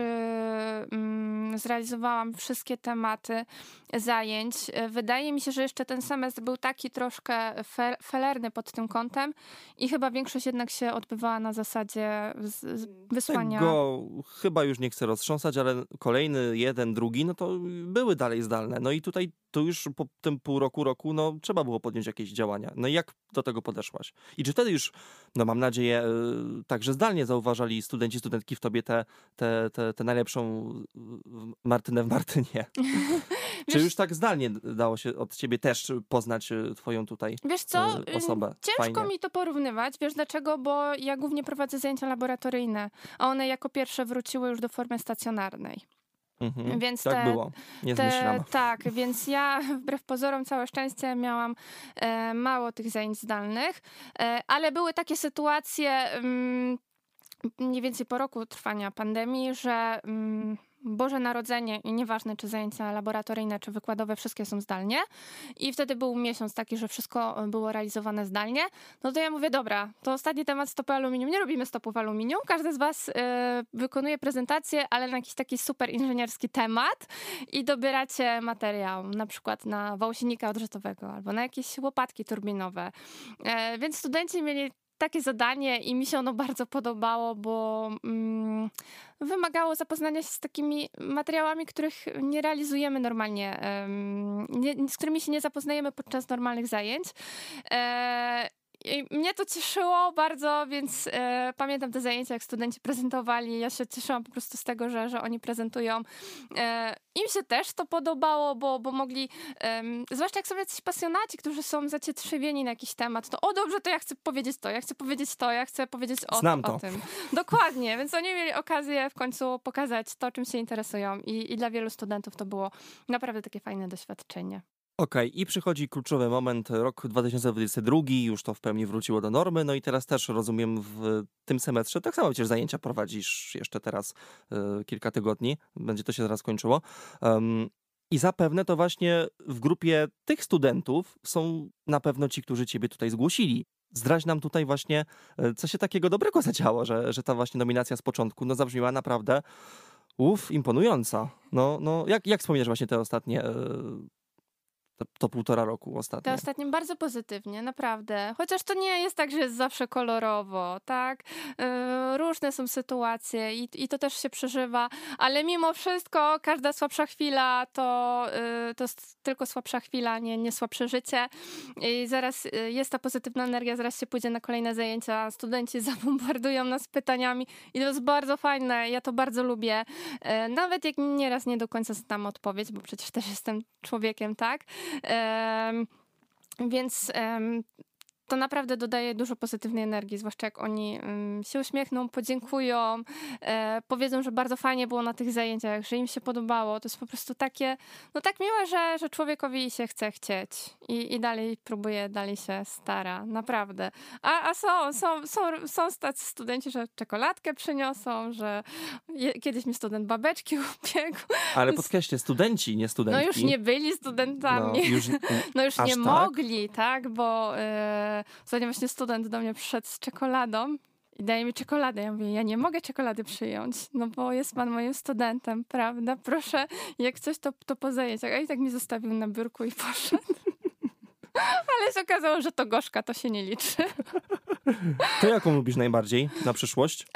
mm, zrealizowałam wszystkie tematy zajęć. Wydaje mi się, że jeszcze ten semestr był taki troszkę fe, felerny pod tym kątem i chyba większość jednak się odbywała na zasadzie z, z wysłania. Tego chyba już nie chcę roztrząsać, ale kolejny, jeden, drugi, no to były dalej zdalne. No i tutaj to już po tym pół roku, roku, no trzeba było podjąć jakieś działania. No i jak do tego podeszłaś? I czy wtedy już, no mam nadzieję, także zdalnie zauważali studenci, studentki w tobie tę te, te, te najlepszą Martynę w Martynie? Czy już tak zdalnie dało się od ciebie też poznać twoją tutaj Wiesz co? osobę? Ciężko Fajnie. mi to porównywać. Wiesz dlaczego? Bo ja głównie prowadzę zajęcia laboratoryjne, a one jako pierwsze wróciły już do formy stacjonarnej. Mhm, więc tak te, było, nie te, zmyślam. Tak, więc ja wbrew pozorom całe szczęście miałam e, mało tych zajęć zdalnych, e, ale były takie sytuacje mm, mniej więcej po roku trwania pandemii, że mm, Boże Narodzenie i nieważne czy zajęcia laboratoryjne, czy wykładowe, wszystkie są zdalnie i wtedy był miesiąc taki, że wszystko było realizowane zdalnie, no to ja mówię, dobra, to ostatni temat stopy aluminium, nie robimy stopów aluminium, każdy z was y, wykonuje prezentację, ale na jakiś taki super inżynierski temat i dobieracie materiał, na przykład na wał silnika odrzutowego albo na jakieś łopatki turbinowe, y, więc studenci mieli takie zadanie i mi się ono bardzo podobało, bo mm, wymagało zapoznania się z takimi materiałami, których nie realizujemy normalnie, um, nie, z którymi się nie zapoznajemy podczas normalnych zajęć. E, I mnie to cieszyło bardzo, więc e, pamiętam te zajęcia, jak studenci prezentowali. Ja się cieszyłam po prostu z tego, że, że oni prezentują. E, im się też to podobało, bo, bo mogli, e, zwłaszcza jak są jacyś pasjonaci, którzy są zacietrzewieni na jakiś temat, to o dobrze, to ja chcę powiedzieć to, ja chcę powiedzieć to, ja chcę powiedzieć o, Znam to. o tym. Dokładnie, więc oni mieli okazję w końcu pokazać to, czym się interesują i, i dla wielu studentów to było naprawdę takie fajne doświadczenie. Okej, okay, i przychodzi kluczowy moment, rok dwa tysiące dwudziesty drugi, już to w pełni wróciło do normy, no i teraz też rozumiem w tym semestrze, tak samo przecież zajęcia prowadzisz jeszcze teraz y, kilka tygodni, będzie to się zaraz kończyło. Um, I zapewne to właśnie w grupie tych studentów są na pewno ci, którzy ciebie tutaj zgłosili. Zdradź nam tutaj właśnie, co się takiego dobrego zadziało, że, że ta właśnie nominacja z początku no zabrzmiała naprawdę uff, imponująca. No, no, jak, jak wspominasz właśnie te ostatnie... Y, To, to półtora roku ostatnio. To ostatnim bardzo pozytywnie, naprawdę. Chociaż to nie jest tak, że jest zawsze kolorowo, tak? Yy, różne są sytuacje i, i to też się przeżywa, ale mimo wszystko każda słabsza chwila to, yy, to jest tylko słabsza chwila, nie, nie słabsze życie. I zaraz yy, jest ta pozytywna energia, zaraz się pójdzie na kolejne zajęcia, studenci zabombardują nas pytaniami i to jest bardzo fajne, ja to bardzo lubię. Yy, nawet jak nieraz nie do końca znam odpowiedź, bo przecież też jestem człowiekiem, tak? Um, więc um, to naprawdę dodaje dużo pozytywnej energii, zwłaszcza jak oni um, się uśmiechną, podziękują, e, powiedzą, że bardzo fajnie było na tych zajęciach, że im się podobało. To jest po prostu takie, no tak miłe, że, że człowiekowi się chce chcieć i, i dalej próbuje, dalej się stara, naprawdę. A, a są, są, są, są tacy studenci, że czekoladkę przyniosą, że je, kiedyś mi student babeczki upiekł. Ale podkreślcie, studenci, nie studentki. No już nie byli studentami. No już, no już nie tak? mogli, tak, bo e, ostatnio właśnie student do mnie przyszedł z czekoladą i daje mi czekoladę. Ja mówię, ja nie mogę czekolady przyjąć, no bo jest pan moim studentem, prawda? Proszę, jak coś, to, to po zajęciach. A i tak mi zostawił na biurku i poszedł. Ale się okazało, że to gorzka, to się nie liczy. To jaką lubisz najbardziej na przyszłość?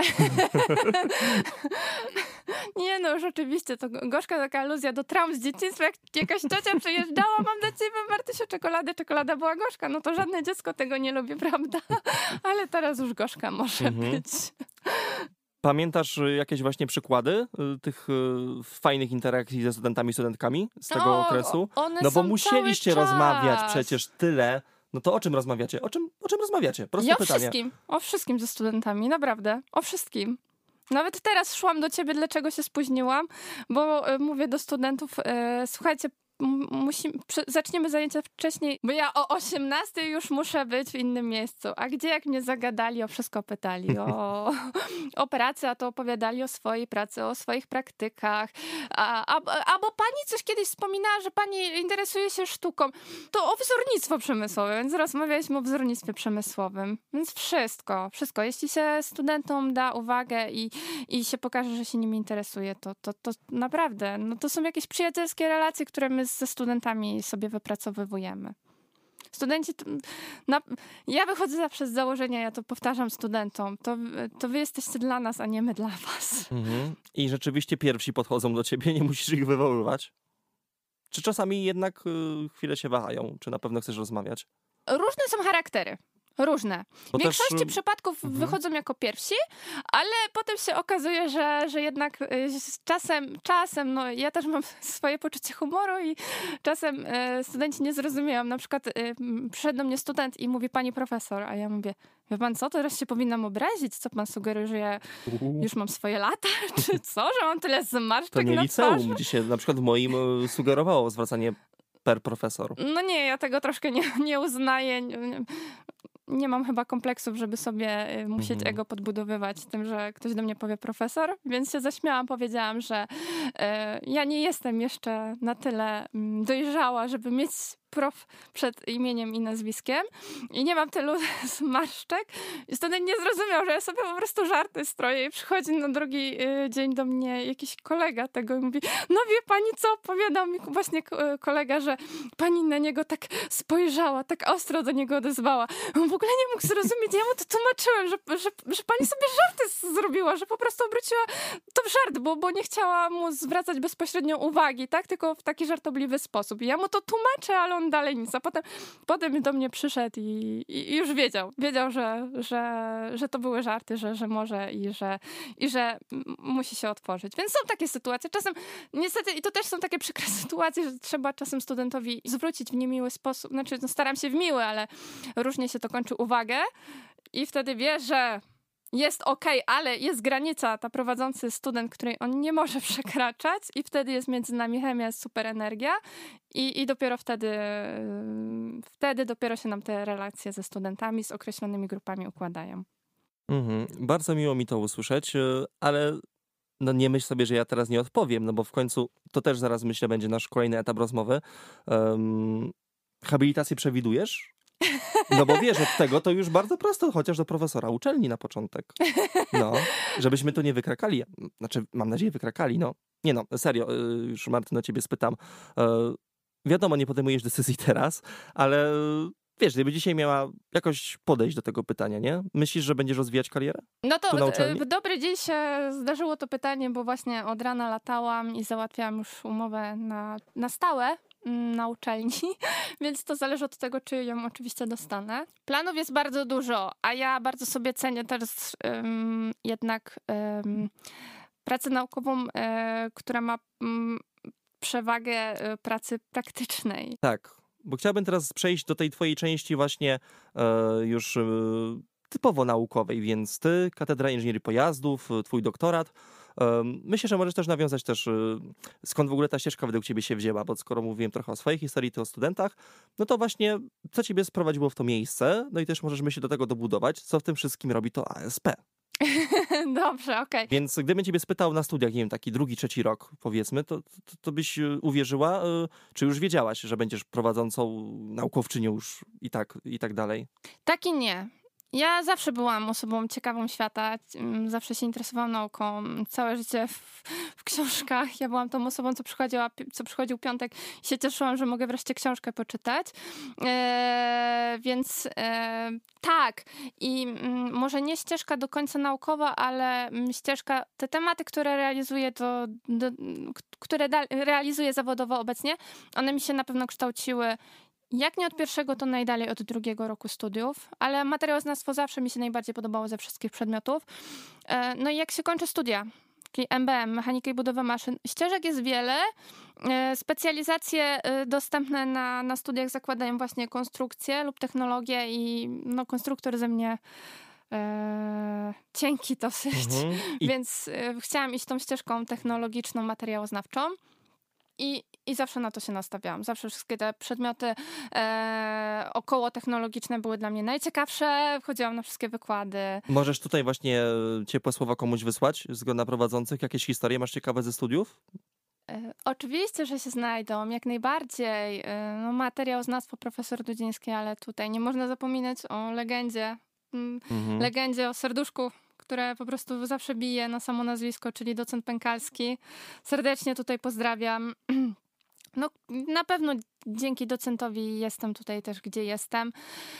Nie no, rzeczywiście, to gorzka taka aluzja do traum z dzieciństwa, jak jakaś ciocia przyjeżdżała, mam dla ciebie, Martysiu, czekoladę, czekolada była gorzka, no to żadne dziecko tego nie lubi, prawda? Ale teraz już gorzka może mhm. być. Pamiętasz jakieś właśnie przykłady tych fajnych interakcji ze studentami, studentkami z tego o, okresu? One no bo są musieliście cały czas. rozmawiać przecież tyle. No to o czym rozmawiacie? O czym, o czym rozmawiacie? Proste ja o pytanie. wszystkim, o wszystkim ze studentami, naprawdę, o wszystkim. Nawet teraz szłam do ciebie, dlaczego się spóźniłam, bo y, mówię do studentów, y, słuchajcie, musimy, zaczniemy zajęcia wcześniej, bo ja o osiemnastej już muszę być w innym miejscu. A gdzie jak mnie zagadali, o wszystko pytali, o, o pracy, a to opowiadali o swojej pracy, o swoich praktykach. A, a, albo pani coś kiedyś wspominała, że pani interesuje się sztuką. To o wzornictwo przemysłowe, więc rozmawialiśmy o wzornictwie przemysłowym. Więc wszystko, wszystko. Jeśli się studentom da uwagę i, i się pokaże, że się nimi interesuje, to, to, to naprawdę, no to są jakieś przyjacielskie relacje, które my ze studentami sobie wypracowywujemy. Studenci, to, na, ja wychodzę zawsze z założenia, ja to powtarzam studentom, to, to wy jesteście dla nas, a nie my dla was. Mhm. I rzeczywiście pierwsi podchodzą do ciebie, nie musisz ich wywoływać? Czy czasami jednak y, chwilę się wahają? Czy na pewno chcesz rozmawiać? Różne są charaktery. Różne. W Bo większości też... przypadków Mhm. wychodzą jako pierwsi, ale potem się okazuje, że, że jednak y, z czasem, czasem, no ja też mam swoje poczucie humoru i czasem y, studenci nie zrozumieją. Na przykład y, przyszedł do mnie student i mówi pani profesor, a ja mówię, wie pan co, teraz się powinnam obrazić? Co pan sugeruje, że ja już mam swoje lata? Czy co, że mam tyle zmarszczek To nie na liceum, twarzy? gdzie się na przykład w moim y, sugerowało zwracanie per profesor. No nie, ja tego troszkę nie, nie uznaję. Nie, nie mam chyba kompleksów, żeby sobie y, musieć Mhm. ego podbudowywać tym, że ktoś do mnie powie profesor, więc się zaśmiałam, powiedziałam, że y, ja nie jestem jeszcze na tyle mm, dojrzała, żeby mieć prof przed imieniem i nazwiskiem i nie mam tylu zmarszczek. I student nie zrozumiał, że ja sobie po prostu żarty stroję i przychodzi na drugi y, dzień do mnie jakiś kolega tego i mówi, no wie pani co, opowiadał mi właśnie k- kolega, że pani na niego tak spojrzała, tak ostro do niego odezwała. On w ogóle nie mógł zrozumieć, ja mu to tłumaczyłem, że, że, że pani sobie żarty zrobiła, że po prostu obróciła to w żart, bo, bo nie chciała mu zwracać bezpośrednio uwagi, tak, tylko w taki żartobliwy sposób. I ja mu to tłumaczę, ale on dalej nic. A potem, potem do mnie przyszedł i, i już wiedział. Wiedział, że, że, że to były żarty, że, że może i że, i że musi się otworzyć. Więc są takie sytuacje. Czasem niestety, i to też są takie przykre sytuacje, że trzeba czasem studentowi zwrócić w niemiły sposób. Znaczy, no staram się w miły, ale różnie się to kończy uwagę i wtedy wie, że jest okej, okay, ale jest granica, ta prowadzący student, której on nie może przekraczać i wtedy jest między nami chemia, jest super energia i, i dopiero wtedy, wtedy dopiero się nam te relacje ze studentami z określonymi grupami układają. Mhm. Bardzo miło mi to usłyszeć, ale no nie myśl sobie, że ja teraz nie odpowiem, no bo w końcu to też zaraz myślę będzie nasz kolejny etap rozmowy. Um, habilitację przewidujesz? No bo wiesz, od tego to już bardzo prosto, chociaż do profesora uczelni na początek. No, żebyśmy tu nie wykrakali. Znaczy, mam nadzieję, wykrakali, no. Nie no, serio, już Martyno, na ciebie spytam. Wiadomo, nie podejmujesz decyzji teraz, ale wiesz, gdyby dzisiaj miała jakoś podejść do tego pytania, nie? Myślisz, że będziesz rozwijać karierę? No to tu na uczelni? w dobry dzień się zdarzyło to pytanie, bo właśnie od rana latałam i załatwiałam już umowę na, na stałe na uczelni, więc to zależy od tego, czy ją oczywiście dostanę. Planów jest bardzo dużo, a ja bardzo sobie cenię teraz um, jednak um, pracę naukową, e, która ma um, przewagę e, pracy praktycznej. Tak, bo chciałbym teraz przejść do tej twojej części właśnie e, już e, typowo naukowej, więc ty, Katedra Inżynierii Pojazdów, twój doktorat. Myślę, że możesz też nawiązać też, skąd w ogóle ta ścieżka według ciebie się wzięła, bo skoro mówiłem trochę o swojej historii, ty o studentach, no to właśnie co ciebie sprowadziło w to miejsce, no i też możesz myśleć do tego dobudować, co w tym wszystkim robi to A S P. Dobrze, okej. Okay. Więc gdybym ciebie spytał na studiach, nie wiem, taki drugi, trzeci rok, powiedzmy, to, to, to byś uwierzyła, czy już wiedziałaś, że będziesz prowadzącą naukowczynią już i tak, i tak dalej? Tak i nie. Ja zawsze byłam osobą ciekawą świata, zawsze się interesowałam nauką, całe życie w, w książkach. Ja byłam tą osobą, co, przychodziła, co przychodził piątek i się cieszyłam, że mogę wreszcie książkę poczytać. E, więc e, tak, i m, może nie ścieżka do końca naukowa, ale ścieżka, te tematy, które realizuję, to, do, które da, realizuję zawodowo obecnie, one mi się na pewno kształciły. Jak nie od pierwszego, to najdalej od drugiego roku studiów, ale materiałoznawstwo zawsze mi się najbardziej podobało ze wszystkich przedmiotów. No i jak się kończy studia, czyli M B M, mechanika i budowa maszyn, ścieżek jest wiele. Specjalizacje dostępne na, na studiach zakładają właśnie konstrukcję lub technologię i no, konstruktor ze mnie e, cienki dosyć, mhm. I... więc chciałam iść tą ścieżką technologiczną, materiałoznawczą. i, i zawsze na to się nastawiałam. Zawsze wszystkie te przedmioty e, około technologiczne były dla mnie najciekawsze. Chodziłam na wszystkie wykłady. Możesz tutaj właśnie ciepłe słowa komuś wysłać z grona prowadzących? Jakieś historie masz ciekawe ze studiów? E, oczywiście, że się znajdą, jak najbardziej. E, no, materiał znawstwo profesor Dudziński, ale tutaj nie można zapominać o legendzie. Mm, Mhm. Legendzie, o serduszku, które po prostu zawsze bije na samo nazwisko, czyli docent Pękalski. Serdecznie tutaj pozdrawiam. No, na pewno dzięki docentowi jestem tutaj też, gdzie jestem,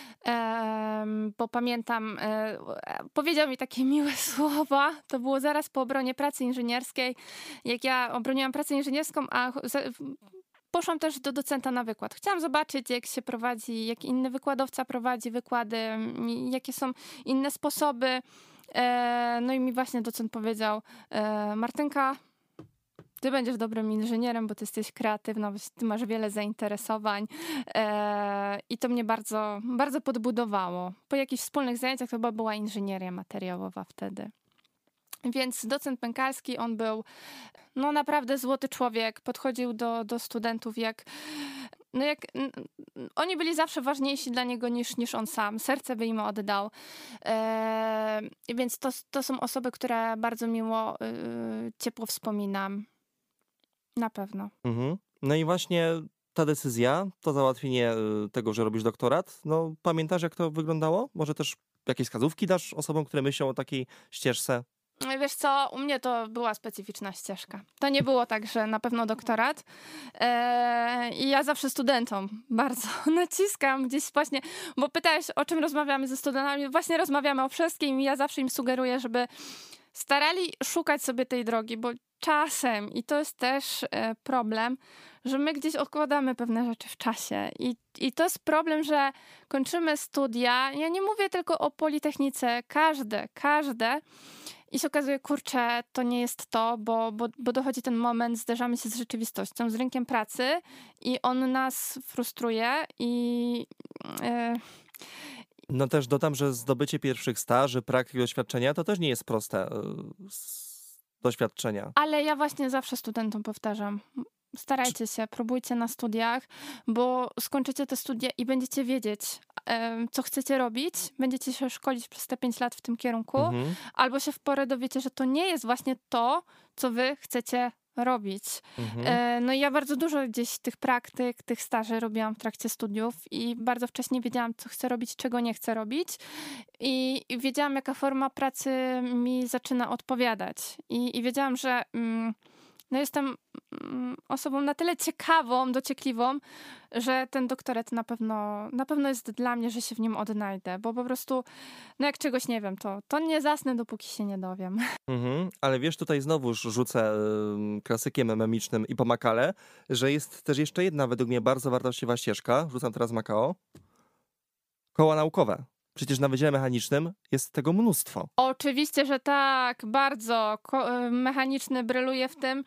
Ehm, bo pamiętam, e, powiedział mi takie miłe słowa, to było zaraz po obronie pracy inżynierskiej, jak ja obroniłam pracę inżynierską, a za- poszłam też do docenta na wykład. Chciałam zobaczyć, jak się prowadzi, jak inny wykładowca prowadzi wykłady, m, jakie są inne sposoby. E, no i mi właśnie docent powiedział, e, Martynka, ty będziesz dobrym inżynierem, bo ty jesteś kreatywna, bo ty masz wiele zainteresowań e, i to mnie bardzo, bardzo podbudowało. Po jakichś wspólnych zajęciach to chyba była inżynieria materiałowa wtedy. Więc docent Pękalski, on był no naprawdę złoty człowiek, podchodził do, do studentów jak... No jak, n- oni byli zawsze ważniejsi dla niego niż, niż on sam. Serce by im oddał. E, więc to, to są osoby, które bardzo miło, y, ciepło wspominam. Na pewno. Mhm. No i właśnie ta decyzja, to załatwienie y, tego, że robisz doktorat, no pamiętasz, jak to wyglądało? Może też jakieś wskazówki dasz osobom, które myślą o takiej ścieżce? Wiesz co, u mnie to była specyficzna ścieżka. To nie było tak, że na pewno doktorat. Eee, I ja zawsze studentom bardzo naciskam gdzieś właśnie, bo pytałeś, o czym rozmawiamy ze studentami. Właśnie rozmawiamy o wszystkim i ja zawsze im sugeruję, żeby starali szukać sobie tej drogi, bo czasem, i to jest też e, problem, że my gdzieś odkładamy pewne rzeczy w czasie. I, I to jest problem, że kończymy studia. Ja nie mówię tylko o Politechnice, każde, każde. I się okazuje, kurczę, to nie jest to, bo, bo, bo dochodzi ten moment, zderzamy się z rzeczywistością, z rynkiem pracy i on nas frustruje i... e, No też dodam, że zdobycie pierwszych staży, praktyk, doświadczenia to też nie jest proste y, z doświadczenia. Ale ja właśnie zawsze studentom powtarzam, starajcie się, próbujcie na studiach, bo skończycie te studia i będziecie wiedzieć, em, co chcecie robić, będziecie się szkolić przez te pięć lat w tym kierunku, Mhm. albo się w porę dowiecie, że to nie jest właśnie to, co wy chcecie robić. Mhm. E, No i ja bardzo dużo gdzieś tych praktyk, tych staży robiłam w trakcie studiów i bardzo wcześnie wiedziałam, co chcę robić, czego nie chcę robić i, i wiedziałam, jaka forma pracy mi zaczyna odpowiadać i, i wiedziałam, że mm, no jestem mm, osobą na tyle ciekawą, dociekliwą, że ten doktorat na pewno, na pewno jest dla mnie, że się w nim odnajdę, bo po prostu, no jak czegoś nie wiem, to, to nie zasnę, dopóki się nie dowiem. Mhm. Ale wiesz, tutaj znowuż rzucę ym, klasykiem memicznym i pomakale, że jest też jeszcze jedna według mnie bardzo wartościowa ścieżka. Rzucam teraz Makao. Koła naukowe. Przecież na Wydziale Mechanicznym jest tego mnóstwo. Oczywiście, że tak, bardzo ko- y, mechaniczny bryluje w tym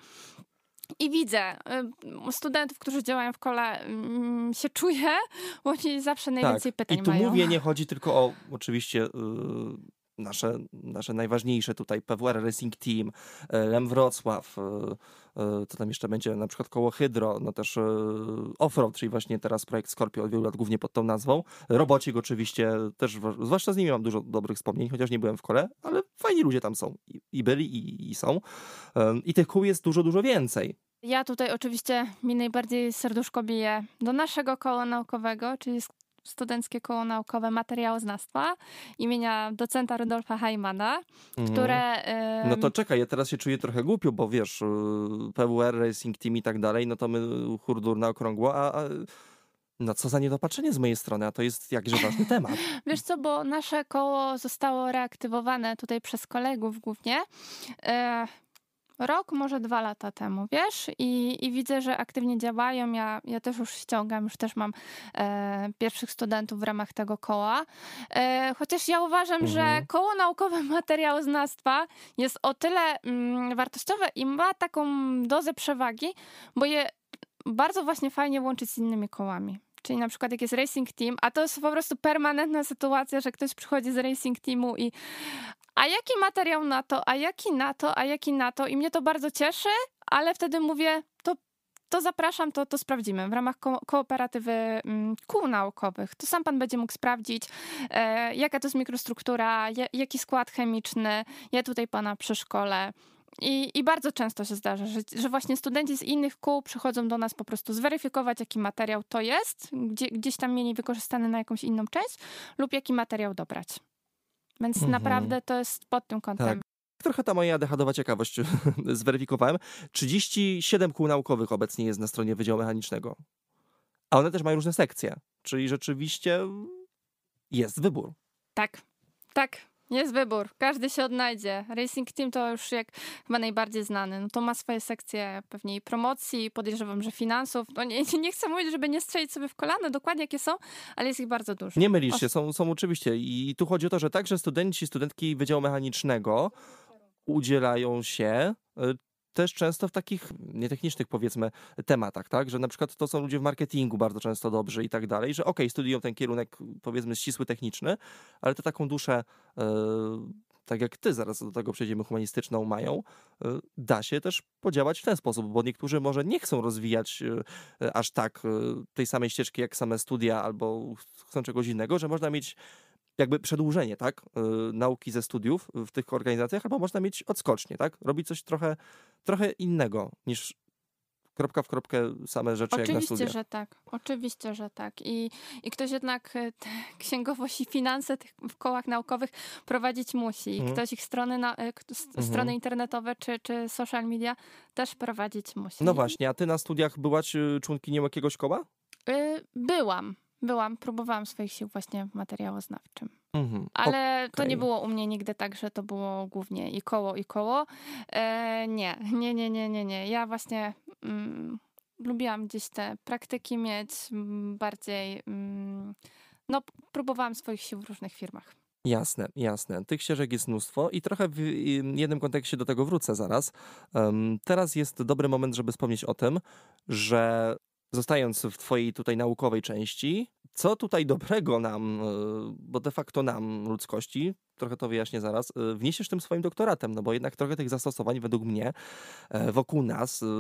i widzę y, studentów, którzy działają w kole, mm, się czuję, bo oni zawsze najwięcej pytań I tu mają. mówię, nie chodzi tylko o oczywiście yy, nasze, nasze najważniejsze tutaj P W R Racing Team, yy, Lem Wrocław, yy, yy, to tam jeszcze będzie na przykład koło Hydro, no też yy, Offroad, czyli właśnie teraz projekt Scorpio od wielu lat głównie pod tą nazwą. Robocik oczywiście też, wa- zwłaszcza z nimi mam dużo dobrych wspomnień, chociaż nie byłem w kole, ale fajni ludzie tam są i, i byli i, i są. Yy, I tych kół jest dużo, dużo więcej. Ja tutaj oczywiście mi najbardziej serduszko bije do naszego koła naukowego, czyli Studenckie Koło Naukowe Materiałoznawstwa imienia docenta Rudolfa Hajmana, Mhm. które... ym, No to czekaj, ja teraz się czuję trochę głupio, bo wiesz, yy, P W R, Racing Team i tak dalej, no to my hurdur na okrągło, a, a no co za niedopatrzenie z mojej strony, a to jest jakże ważny temat. Wiesz co, bo nasze koło zostało reaktywowane tutaj przez kolegów głównie e, rok, może dwa lata temu, wiesz? I, i widzę, że aktywnie działają. Ja, ja też już ściągam, już też mam e, pierwszych studentów w ramach tego koła. E, chociaż ja uważam, Mhm. że koło naukowe materiałoznawstwa jest o tyle mm, wartościowe i ma taką dozę przewagi, bo je bardzo właśnie fajnie łączyć z innymi kołami. Czyli na przykład jak jest Racing Team, a to jest po prostu permanentna sytuacja, że ktoś przychodzi z Racing Teamu i a jaki materiał na to, a jaki na to, a jaki na to i mnie to bardzo cieszy, ale wtedy mówię, to, to zapraszam, to, to sprawdzimy w ramach ko- kooperatywy mm, kół naukowych. To sam pan będzie mógł sprawdzić, e, jaka to jest mikrostruktura, j- jaki skład chemiczny. Ja tutaj pana przeszkolę. I, I bardzo często się zdarza, że, że właśnie studenci z innych kół przychodzą do nas po prostu zweryfikować, jaki materiał to jest, gdzie, gdzieś tam mieli wykorzystany na jakąś inną część lub jaki materiał dobrać. Więc Mhm. naprawdę to jest pod tym kątem. Tak. Trochę ta moja dechadowa ciekawość zweryfikowałem. trzydzieści siedem kół naukowych obecnie jest na stronie Wydziału Mechanicznego. A one też mają różne sekcje. Czyli rzeczywiście jest wybór. Tak, tak. Jest wybór. Każdy się odnajdzie. Racing Team to już jak chyba najbardziej znany. No to ma swoje sekcje pewnie i promocji, podejrzewam, że finansów. No nie, nie chcę mówić, żeby nie strzelić sobie w kolano, dokładnie jakie są, ale jest ich bardzo dużo. Nie mylisz się, są, są oczywiście. I tu chodzi o to, że także studenci, studentki Wydziału Mechanicznego udzielają się y, też często w takich nietechnicznych, powiedzmy, tematach, tak? Że na przykład to są ludzie w marketingu bardzo często dobrzy i tak dalej, że okej, okay, studiują ten kierunek, powiedzmy, ścisły techniczny, ale to taką duszę, y, tak jak ty, zaraz do tego przejdziemy, humanistyczną mają, y, da się też podziałać w ten sposób, bo niektórzy może nie chcą rozwijać y, aż tak y, tej samej ścieżki jak same studia albo chcą czegoś innego, że można mieć jakby przedłużenie, tak, yy, nauki ze studiów w tych organizacjach, albo można mieć odskocznie, tak, robić coś trochę, trochę innego niż kropka w kropkę same rzeczy Oczywiście, jak na studiach. że tak. Oczywiście, że tak. I, i ktoś jednak te księgowość i finanse tych w kołach naukowych prowadzić musi. I Mhm. ktoś ich strony, na, Mhm. strony internetowe czy, czy social media też prowadzić musi. No właśnie, a ty na studiach byłaś y, członkinią jakiegoś koła? Y, byłam. Byłam, próbowałam swoich sił właśnie w materiałoznawczym. Mhm. Ale to Okej. nie było u mnie nigdy tak, że to było głównie i koło, i koło. E, nie, nie, nie, nie, nie, nie. Ja właśnie mm, lubiłam gdzieś te praktyki mieć mm, bardziej. Mm, no, próbowałam swoich sił w różnych firmach. Jasne, jasne. Tych ścieżek jest mnóstwo i trochę w jednym kontekście do tego wrócę zaraz. Um, teraz jest dobry moment, żeby wspomnieć o tym, że zostając w twojej tutaj naukowej części, co tutaj dobrego nam, y, bo de facto nam, ludzkości, trochę to wyjaśnię zaraz, y, wniesiesz tym swoim doktoratem, no bo jednak trochę tych zastosowań według mnie e, wokół nas y,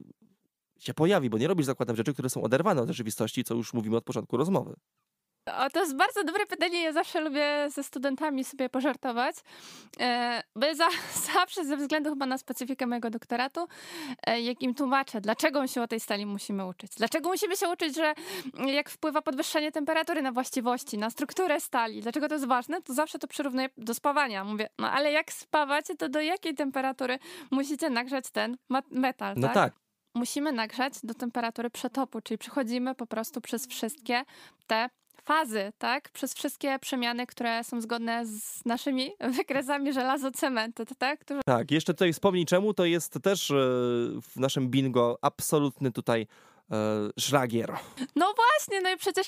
się pojawi, bo nie robisz zakładem rzeczy, które są oderwane od rzeczywistości, co już mówimy od początku rozmowy. O, to jest bardzo dobre pytanie. Ja zawsze lubię ze studentami sobie pożartować. E, bo ja za, zawsze ze względu chyba na specyfikę mojego doktoratu, e, jak im tłumaczę, dlaczego się o tej stali musimy uczyć. Dlaczego musimy się uczyć, że jak wpływa podwyższenie temperatury na właściwości, na strukturę stali, dlaczego to jest ważne, to zawsze to przyrównuję do spawania. Mówię, no ale jak spawacie, to do jakiej temperatury musicie nagrzać ten ma- metal, No tak? tak. Musimy nagrzać do temperatury przetopu, czyli przechodzimy po prostu przez wszystkie te fazy, tak? Przez wszystkie przemiany, które są zgodne z naszymi wykresami żelazo-cementu, tak? Które... Tak, jeszcze tutaj wspomnij czemu, to jest też e, w naszym bingo absolutny tutaj e, szlagier. No właśnie, no i przecież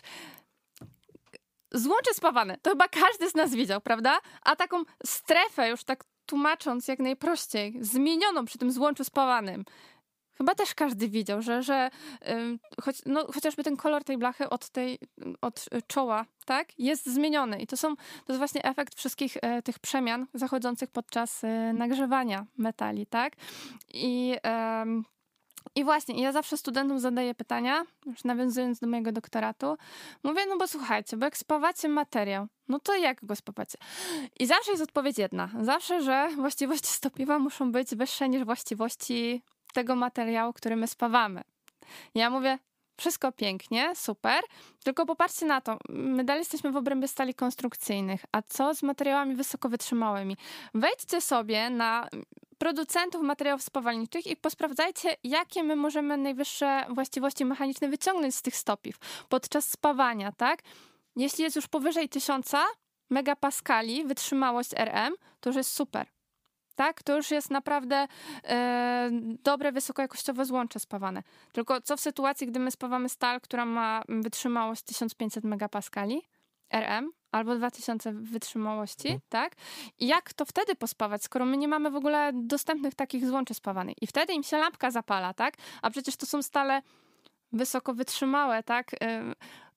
złącze spawane, to chyba każdy z nas widział, prawda? A taką strefę, już tak tłumacząc jak najprościej, zmienioną przy tym złączu spawanym, chyba też każdy widział, że, że ym, choć, no, chociażby ten kolor tej blachy od tej, od czoła, tak, jest zmieniony. I to są, to jest właśnie efekt wszystkich e, tych przemian zachodzących podczas e, nagrzewania metali, tak. I, em, i właśnie, ja zawsze studentom zadaję pytania, już nawiązując do mojego doktoratu. Mówię, no bo słuchajcie, bo jak spawacie materiał, no to jak go spawacie? I zawsze jest odpowiedź jedna. Zawsze, że właściwości stopniowe muszą być wyższe niż właściwości tego materiału, który my spawamy. Ja mówię, wszystko pięknie, super, tylko popatrzcie na to, my dalej jesteśmy w obrębie stali konstrukcyjnych, a co z materiałami wysoko wytrzymałymi? Wejdźcie sobie na producentów materiałów spawalniczych i posprawdzajcie, jakie my możemy najwyższe właściwości mechaniczne wyciągnąć z tych stopiw podczas spawania, tak? Jeśli jest już powyżej tysiąca megapaskali wytrzymałość R M, to już jest super. Tak, to już jest naprawdę e, dobre, wysokojakościowe złącze spawane. Tylko co w sytuacji, gdy my spawamy stal, która ma wytrzymałość tysiąc pięćset megapaskali R M albo dwa tysiące wytrzymałości, hmm. tak? I jak to wtedy pospawać, skoro my nie mamy w ogóle dostępnych takich złączy spawanych? I wtedy im się lampka zapala, tak? A przecież to są stale wysoko wytrzymałe, tak? E,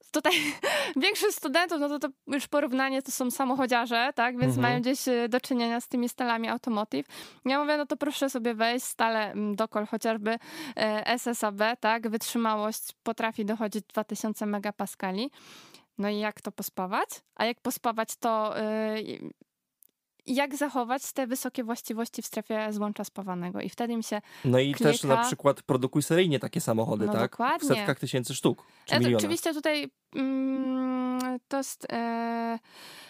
tutaj większość studentów, no to, to już porównanie to są samochodziarze, tak, więc Mhm. mają gdzieś y, do czynienia z tymi stalami automotive. Ja mówię, no to proszę sobie wejść, stale mm, dokol chociażby y, S S A B, tak, wytrzymałość potrafi dochodzić dwa tysiące megapaskali. No i jak to pospawać? A jak pospawać, to y, jak zachować te wysokie właściwości w strefie złącza spawanego? I wtedy mi się No i też klika. na przykład produkuj seryjnie takie samochody, No tak? W dokładnie. setkach tysięcy sztuk, czy Ja to, milionach. oczywiście tutaj mm, to jest e,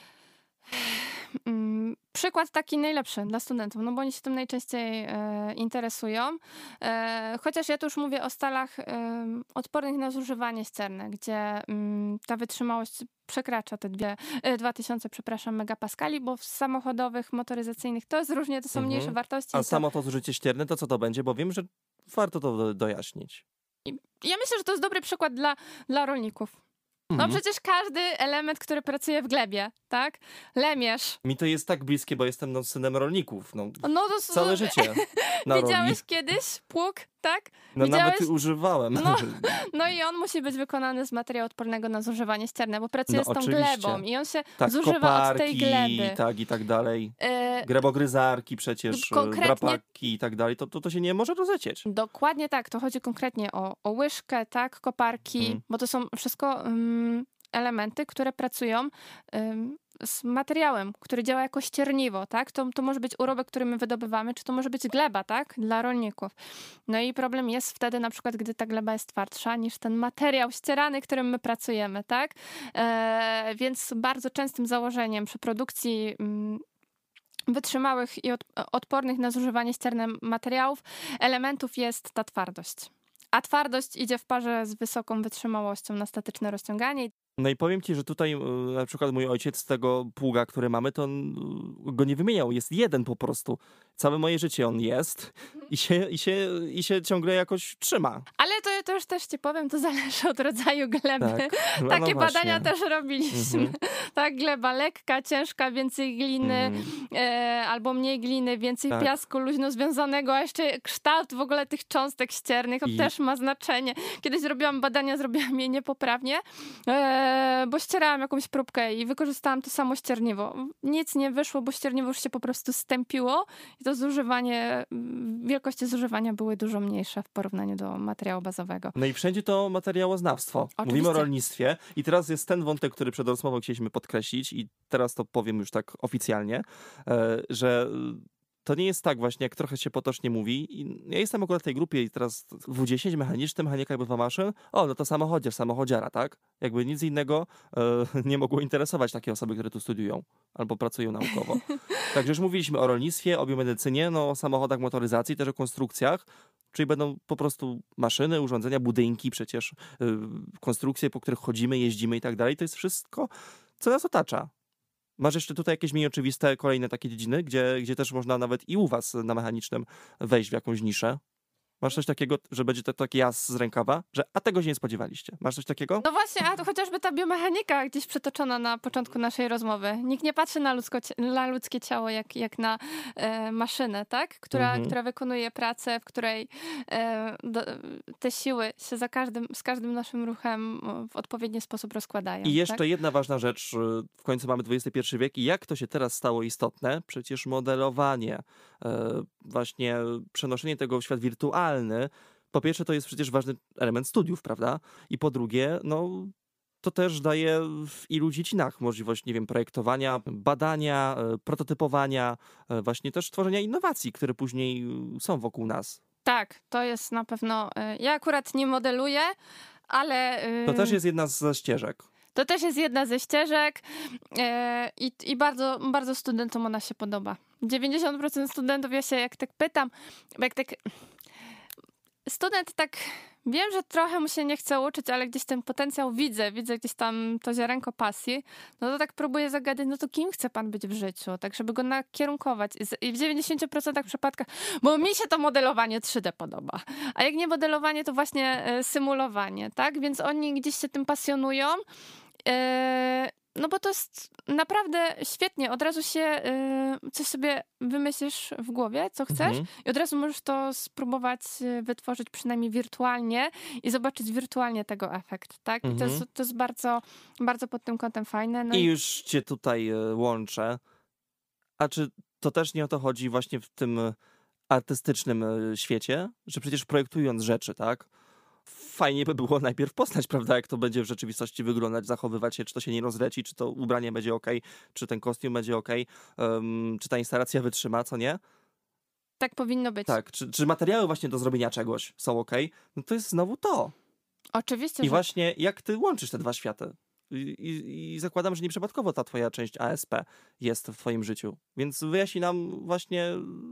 mm, przykład taki najlepszy dla studentów, no bo oni się tym najczęściej e, interesują. E, chociaż ja tu już mówię o stalach e, odpornych na zużywanie ścierne, gdzie mm, ta wytrzymałość przekracza te dwie, e, dwa tysiące, przepraszam, megapaskali, bo w samochodowych, motoryzacyjnych to jest różnie, to są Mhm. mniejsze wartości. A i to, samo to zużycie ścierne, to co to będzie? Bo wiem, że warto to do, dojaśnić. ja myślę, że to jest dobry przykład dla, dla rolników. No Mhm. przecież każdy element, który pracuje w glebie, tak? Lemierz. Mi to jest tak bliskie, bo jestem no, synem rolników. No, No to s- całe życie na roli. Widziałeś kiedyś pług, tak? No widziałeś? nawet używałem. No. No i on musi być wykonany z materiału odpornego na zużywanie ścierne, bo pracuje No, z tą oczywiście. glebą i on się Tak, zużywa od tej koparki, gleby. tak i tak dalej. E, Grabogryzarki przecież, Konkretnie- drapaki i tak dalej. To, to, to się nie może rozlecieć. Dokładnie tak, to chodzi konkretnie o, o łyżkę, tak, koparki, Mm. bo to są wszystko um, elementy, które pracują um, z materiałem, który działa jako ścierniwo, tak? To, to może być urobek, który my wydobywamy, czy to może być gleba, tak? Dla rolników. No i problem jest wtedy na przykład, gdy ta gleba jest twardsza niż ten materiał ścierany, którym my pracujemy, tak? E, więc bardzo częstym założeniem przy produkcji mm, wytrzymałych i od, odpornych na zużywanie ścierne materiałów, elementów jest ta twardość. A twardość idzie w parze z wysoką wytrzymałością na statyczne rozciąganie. No i powiem ci, że tutaj y, na przykład mój ojciec z tego pługa, który mamy, to on y, go nie wymieniał. Jest jeden po prostu. Całe moje życie on jest i się, i się, i się ciągle jakoś trzyma. Ale to, to już też ci powiem, to zależy od rodzaju gleby. Tak. No, Takie no badania właśnie. też robiliśmy. Mhm. Tak, gleba lekka, ciężka, więcej gliny, Mhm. e, albo mniej gliny, więcej Tak. piasku luźno związanego, a jeszcze kształt w ogóle tych cząstek ściernych to I- też ma znaczenie. Kiedyś zrobiłam badania, zrobiłam je niepoprawnie, e, bo ścierałam jakąś próbkę i wykorzystałam to samo ścierniwo. Nic nie wyszło, bo ścierniwo już się po prostu stępiło i to zużywanie, wielkości zużywania były dużo mniejsze w porównaniu do materiału bazowego. No i wszędzie to materiałoznawstwo. Oczywiście. Mówimy o rolnictwie i teraz jest ten wątek, który przed rozmową chcieliśmy podkreślić i teraz to powiem już tak oficjalnie, e, że to nie jest tak właśnie, jak trochę się potocznie mówi. I ja jestem akurat w tej grupie i teraz W dziesięć mechaniczny, mechanika jakby dwa maszyn. O, no to samochodziarz, samochodziara, tak? Jakby nic innego e, nie mogło interesować takie osoby, które tu studiują albo pracują naukowo. Także już mówiliśmy o rolnictwie, o biomedycynie, no o samochodach, motoryzacji, też o konstrukcjach. Czyli będą po prostu maszyny, urządzenia, budynki, przecież yy, konstrukcje, po których chodzimy, jeździmy i tak dalej. To jest wszystko, co nas otacza. Masz jeszcze tutaj jakieś mniej oczywiste kolejne takie dziedziny, gdzie, gdzie też można nawet i u was na mechanicznym wejść w jakąś niszę? Masz coś takiego, że będzie to taki jas z rękawa? Że a tego się nie spodziewaliście. Masz coś takiego? No właśnie, a to chociażby ta biomechanika gdzieś przytoczona na początku naszej rozmowy. Nikt nie patrzy na, ludzko, na ludzkie ciało jak, jak na e, maszynę, tak? Która, Mhm. która wykonuje pracę, w której e, do, te siły się za każdym, z każdym naszym ruchem w odpowiedni sposób rozkładają. I jeszcze tak? jedna ważna rzecz, y, w końcu mamy dwudziesty pierwszy wiek i jak to się teraz stało istotne? Przecież modelowanie, e, właśnie przenoszenie tego w świat wirtualny, po pierwsze to jest przecież ważny element studiów, prawda? I po drugie, no to też daje w ilu dziedzinach możliwość, nie wiem, projektowania, badania, e, prototypowania, e, właśnie też tworzenia innowacji, które później y, są wokół nas. Tak, to jest na pewno... e, Ja akurat nie modeluję, ale... e, To też jest jedna z ścieżek. To też jest jedna ze ścieżek e, i, i bardzo, bardzo studentom ona się podoba. dziewięćdziesiąt procent studentów, ja się jak tak pytam, jak tak... Student tak, wiem, że trochę mu się nie chce uczyć, ale gdzieś ten potencjał widzę, widzę gdzieś tam to ziarenko pasji, no to tak próbuję zagadać, no to kim chce pan być w życiu, tak żeby go nakierunkować. I z- I w dziewięćdziesięciu procentach przypadkach, bo mi się to modelowanie trzy D podoba, a jak nie modelowanie, to właśnie e, symulowanie, tak? Więc oni gdzieś się tym pasjonują. E, no bo to jest naprawdę świetnie. Od razu się y, coś sobie wymyślisz w głowie, co chcesz Mhm. i od razu możesz to spróbować y, wytworzyć przynajmniej wirtualnie i zobaczyć wirtualnie tego efekt, tak? I to Mhm. jest, to jest bardzo, bardzo pod tym kątem fajne. No I i już cię tutaj e, łączę. A czy to też nie o to chodzi właśnie w tym e, artystycznym e, świecie? Że przecież projektując rzeczy, tak? Fajnie by było najpierw poznać, prawda, jak to będzie w rzeczywistości wyglądać, zachowywać się, czy to się nie rozleci, czy to ubranie będzie okej, czy ten kostium będzie okej, em, czy ta instalacja wytrzyma, co nie? tak powinno być. Tak, czy, czy materiały właśnie do zrobienia czegoś są okej? No to jest znowu to. Oczywiście, I że właśnie jak ty łączysz te dwa światy? I, i, I zakładam, że nieprzypadkowo ta twoja część A S P jest w twoim życiu. Więc wyjaśnij nam właśnie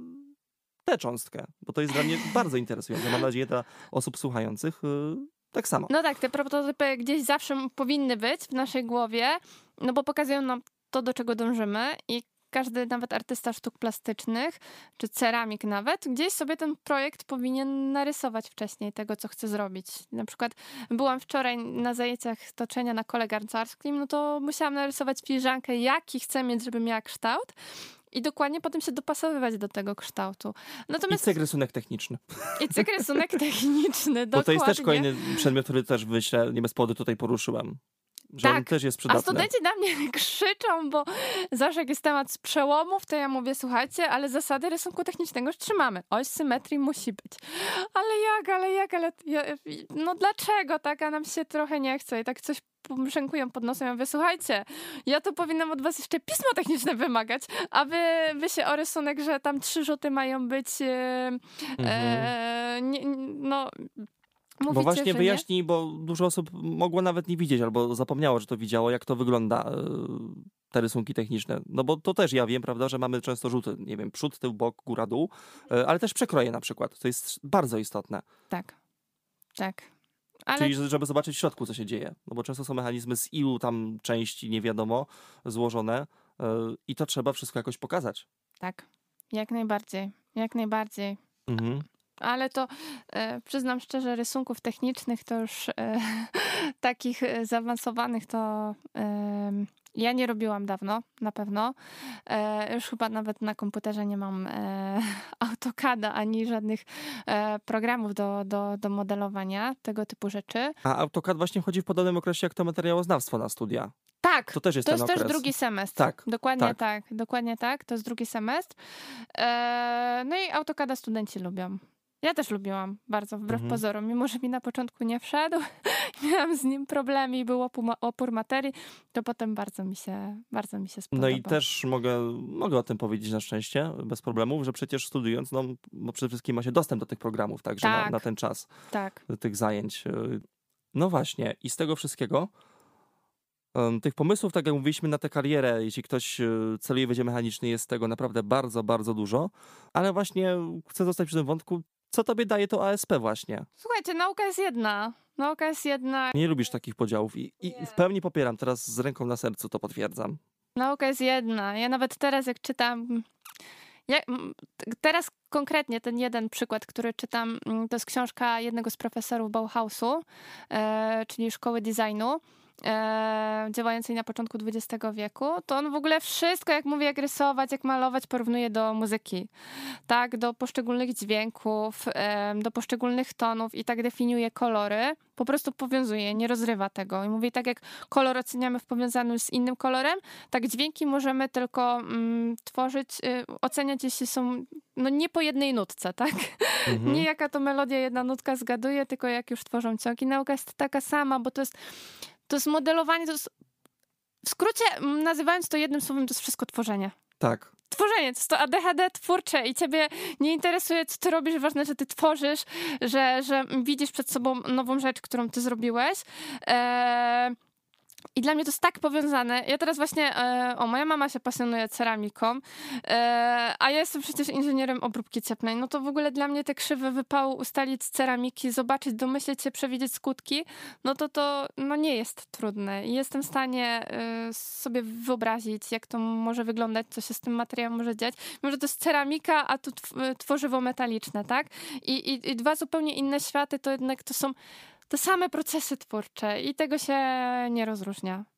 tę cząstkę, bo to jest dla mnie bardzo interesujące. Mam nadzieję, dla osób słuchających yy, tak samo. no tak, te prototypy gdzieś zawsze powinny być w naszej głowie, no bo pokazują nam to, do czego dążymy i każdy nawet artysta sztuk plastycznych, czy ceramik nawet, gdzieś sobie ten projekt powinien narysować wcześniej tego, co chce zrobić. Na przykład byłam wczoraj na zajęciach toczenia na kole garncarskim, no to musiałam narysować filiżankę, jaki chcę mieć, żeby miała kształt i dokładnie potem się dopasowywać do tego kształtu. I Natomiast cykl rysunek techniczny. i cykl rysunek techniczny, Bo to jest też dokładnie. kolejny przedmiot, który też myślę, nie bez powodu tutaj poruszyłem. Że on Tak. też jest A przydatny. studenci na mnie krzyczą, bo zawsze jak jest temat z przełomów, to ja mówię, słuchajcie, ale zasady rysunku technicznego już trzymamy. Oś symetrii musi być. Ale jak, ale jak, ale ja, no dlaczego tak, a nam się trochę nie chce i tak coś brzękują pod nosem. Ja mówię, słuchajcie, ja tu powinnam od was jeszcze pismo techniczne wymagać, a wy, wy się o rysunek, że tam trzy rzuty mają być e, Mhm. e, nie, no... Mówicie, Bo właśnie że wyjaśnij, bo dużo osób mogło nawet nie widzieć albo zapomniało, że to widziało, jak to wygląda, yy, te rysunki techniczne. No bo to też ja wiem, prawda, że mamy często rzuty, nie wiem, przód, tył, bok, góra, dół, yy, ale też przekroje na przykład. To jest bardzo istotne. nie? Tak, tak. Ale Czyli żeby zobaczyć w środku, co się dzieje. No bo często są mechanizmy z ilu tam części nie wiadomo złożone yy, i to trzeba wszystko jakoś pokazać. tak, jak najbardziej, jak najbardziej. Mhm. Ale to e, przyznam szczerze, rysunków technicznych to już e, takich e, zaawansowanych to e, ja nie robiłam dawno, na pewno. E, już chyba nawet na komputerze nie mam e, AutoCADa ani żadnych e, programów do, do, do modelowania tego typu rzeczy. A AutoCAD właśnie wchodzi w podobnym okresie jak to materiałoznawstwo na studia. Tak, To też jest to ten jest okres. też drugi semestr. Tak, Dokładnie tak. tak. dokładnie tak. To jest drugi semestr. E, no i AutoCADa studenci lubią. Ja też lubiłam bardzo, wbrew Mhm. pozorom. Mimo, że mi na początku nie wszedł, miałam z nim problemy i był opór, opór materii, to potem bardzo mi się, bardzo mi się No spodobał. i też mogę, mogę o tym powiedzieć na szczęście, bez problemów, że przecież studiując, no, no przede wszystkim ma się dostęp do tych programów, także na, Tak. na ten czas, Tak. do tych zajęć. No właśnie, i z tego wszystkiego, em, tych pomysłów, tak jak mówiliśmy, na tę karierę, jeśli ktoś e, celuje w wydział mechaniczny, jest tego naprawdę bardzo, bardzo dużo, ale właśnie chcę zostać przy tym wątku, co tobie daje to A S P właśnie? Słuchajcie, nauka jest jedna. Nauka jest jedna. Nie lubisz takich podziałów i, i Nie. w pełni popieram, teraz z ręką na sercu to potwierdzam. Nauka jest jedna. Ja nawet teraz jak czytam... Ja, m, t- teraz konkretnie ten jeden przykład, który czytam, mm, to jest książka jednego z profesorów Bauhausu, e, czyli szkoły designu, e, działającej na początku dwudziestego wieku. To on w ogóle wszystko, jak mówi, jak rysować, jak malować, porównuje do muzyki. Tak, do poszczególnych dźwięków, em, do poszczególnych tonów i tak definiuje kolory. Po prostu powiązuje, nie rozrywa tego. I mówi, tak jak kolor oceniamy w powiązaniu z innym kolorem, tak dźwięki możemy tylko mm, tworzyć, y, oceniać, jeśli są no nie po jednej nutce, tak? Mhm. Nie jaka to melodia jedna nutka zgaduje, tylko jak już tworzą ciągi. Nauka jest taka sama, bo to jest, to jest modelowanie, to jest, w skrócie m, nazywając to jednym słowem, to jest wszystko tworzenie. Tak. Tworzenie, to jest to A D H D twórcze i ciebie nie interesuje, co ty robisz, ważne, że ty tworzysz, że, że widzisz przed sobą nową rzecz, którą ty zrobiłeś. Eee, I dla mnie to jest tak powiązane. Ja teraz właśnie, e, o, moja mama się pasjonuje ceramiką, e, a ja jestem przecież inżynierem obróbki cieplnej. No to w ogóle dla mnie te krzywe wypału ustalić z ceramiki, zobaczyć, domyśleć się, przewidzieć skutki, no to to no nie jest trudne. I jestem w stanie e, sobie wyobrazić, jak to może wyglądać, co się z tym materiałem może dziać. Mimo, że to jest ceramika, a tu tw- tworzywo metaliczne, tak? I, i, I dwa zupełnie inne światy, to jednak to są te same procesy twórcze i tego się nie rozróżnia.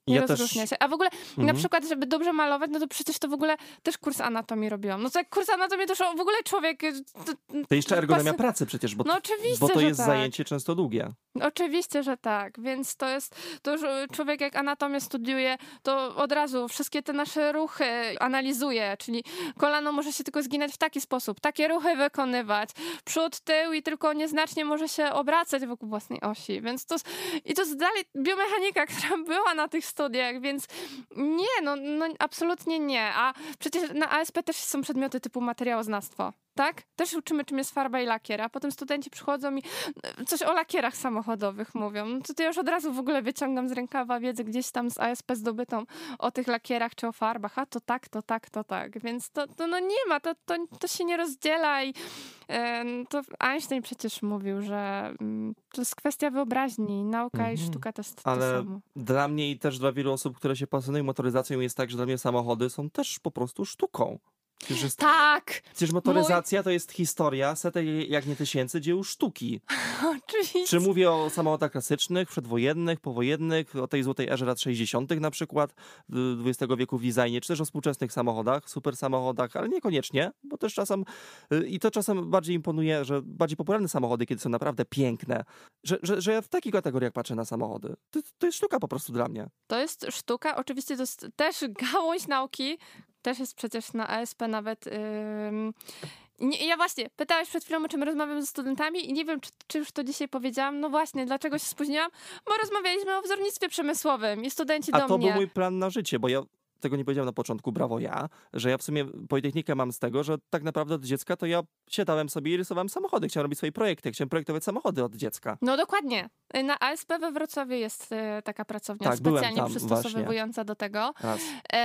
Nie Ja rozróżnia też... się. A w ogóle na Mhm. przykład, żeby dobrze malować, no to przecież to w ogóle też kurs anatomii robiłam. No to jak kurs anatomii, to już w ogóle człowiek... To, To jeszcze ergonomia pas- pracy przecież, bo, No oczywiście, bo to że jest tak. zajęcie często długie. Oczywiście, że tak, więc to jest, to już człowiek jak anatomię studiuje, to od razu wszystkie te nasze ruchy analizuje, czyli kolano może się tylko zginać w taki sposób, takie ruchy wykonywać, przód, tył i tylko nieznacznie może się obracać wokół własnej osi, więc to i to jest dalej biomechanika, która była na tych studiach, więc nie, no, no absolutnie nie, a przecież na A S P też są przedmioty typu materiałoznawstwo. Tak? Też uczymy, czym jest farba i lakier, a potem studenci przychodzą i coś o lakierach samochodowych mówią. No to ja już od razu w ogóle wyciągam z rękawa wiedzę gdzieś tam z A S P zdobytą o tych lakierach czy o farbach. A to tak, to tak, to tak. Więc to, to no nie ma, to, to, to się nie rozdziela i e, to Einstein przecież mówił, że mm, to jest kwestia wyobraźni. Nauka Mhm. i sztuka to jest Ale to samo. dla mnie i też dla wielu osób, które się pasjonują motoryzacją, jest tak, że dla mnie samochody są też po prostu sztuką. Przecież, jest, Tak! przecież motoryzacja to jest historia setek, jak nie tysięcy dzieł sztuki. Oczywiście. Czy mówię o samochodach klasycznych, przedwojennych, powojennych, o tej złotej erze lat sześćdziesiątych na przykład dwudziestego wieku w designie, czy też o współczesnych samochodach, super samochodach, ale niekoniecznie, bo też czasem i to czasem bardziej imponuje, że bardziej popularne samochody, kiedy są naprawdę piękne, że, że, że ja w takich kategoriach patrzę na samochody. To, to jest sztuka po prostu dla mnie. To jest sztuka, oczywiście to jest też gałąź nauki, też jest przecież na A S P nawet... Yy... Nie, ja właśnie, pytałeś przed chwilą, o czym rozmawiam ze studentami i nie wiem, czy, czy już to dzisiaj powiedziałam. No właśnie, dlaczego się spóźniłam? Bo rozmawialiśmy o wzornictwie przemysłowym i studenci A do to mnie. był mój plan na życie, bo ja tego nie powiedziałem na początku, brawo ja, że ja w sumie Politechnikę mam z tego, że tak naprawdę od dziecka to ja siadałem sobie i rysowałem samochody. Chciałem robić swoje projekty, chciałem projektować samochody od dziecka. No dokładnie. Na A S P we Wrocławiu jest e, taka pracownia Tak, byłem specjalnie tam przystosowująca do tego. Raz.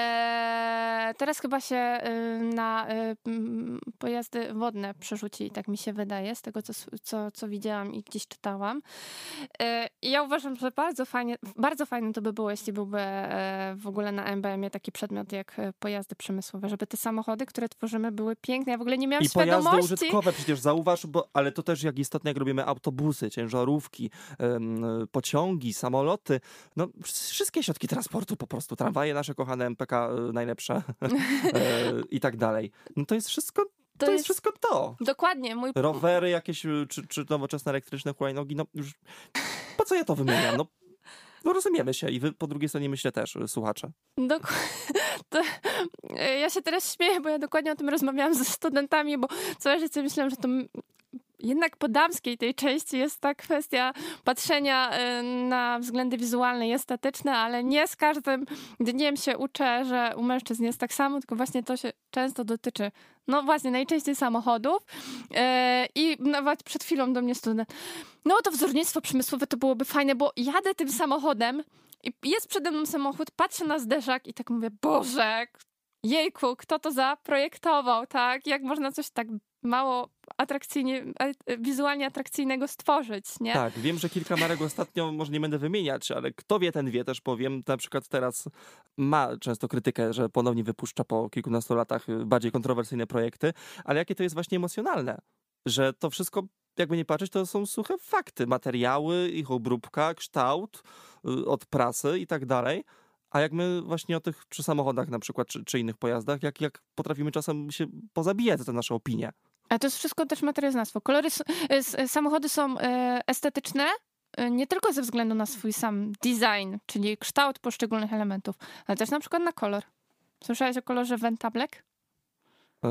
E, teraz chyba się e, na e, m, pojazdy wodne przerzuci, tak mi się wydaje, z tego co, co, co widziałam i gdzieś czytałam. E, I ja uważam, że bardzo fajnie, bardzo fajne to by było, jeśli byłby e, w ogóle na M B M ie taki przedmiot jak pojazdy przemysłowe, żeby te samochody, które tworzymy, były piękne. Ja w ogóle nie miałam I świadomości. pojazdy użytkowe przecież zauważ, bo, ale to też jak istotne, jak robimy autobusy, ciężarówki, ym, pociągi, samoloty, no wszystkie środki transportu po prostu, tramwaje nasze kochane M P K y, najlepsze y, i tak dalej. No to jest wszystko, to, To jest jest- wszystko to. Dokładnie. Mój Rowery jakieś, y, czy, czy nowoczesne elektryczne hulajnogi, no już po co ja to wymieniam? No, no rozumiemy się i wy po drugiej stronie myślę też, y, słuchacze. Dok- to, e, ja się teraz śmieję, bo ja dokładnie o tym rozmawiałam ze studentami, bo całe życie myślałam, że to m- jednak po damskiej tej części jest ta kwestia patrzenia e, na względy wizualne i estetyczne, ale nie z każdym dniem się uczę, że u mężczyzn jest tak samo, tylko właśnie to się często dotyczy, no właśnie, najczęściej samochodów. E, I nawet przed chwilą do mnie student, no to wzornictwo przemysłowe to byłoby fajne, bo jadę tym samochodem i jest przede mną samochód, patrzę na zderzak i tak mówię, Boże, jejku, kto to zaprojektował, tak? Jak można coś tak mało atrakcyjnie, e, wizualnie atrakcyjnego stworzyć, nie? Tak, wiem, że kilka marek ostatnio, może nie będę wymieniać, ale kto wie, ten wie, też powiem. Na przykład teraz ma często krytykę, że ponownie wypuszcza po kilkunastu latach y, bardziej kontrowersyjne projekty, ale jakie to jest właśnie emocjonalne, że to wszystko, jakby nie patrzeć, to są suche fakty, materiały, ich obróbka, kształt y, od prasy i tak dalej. A jak my właśnie o tych, czy samochodach na przykład, czy, czy innych pojazdach, jak, jak potrafimy czasem się pozabijać za te nasze opinie. A to jest wszystko też materiałoznawstwo. Kolory, s- s- samochody są e, estetyczne, e, nie tylko ze względu na swój sam design, czyli kształt poszczególnych elementów, ale też na przykład na kolor. Słyszałeś o kolorze Venta Black? Yy,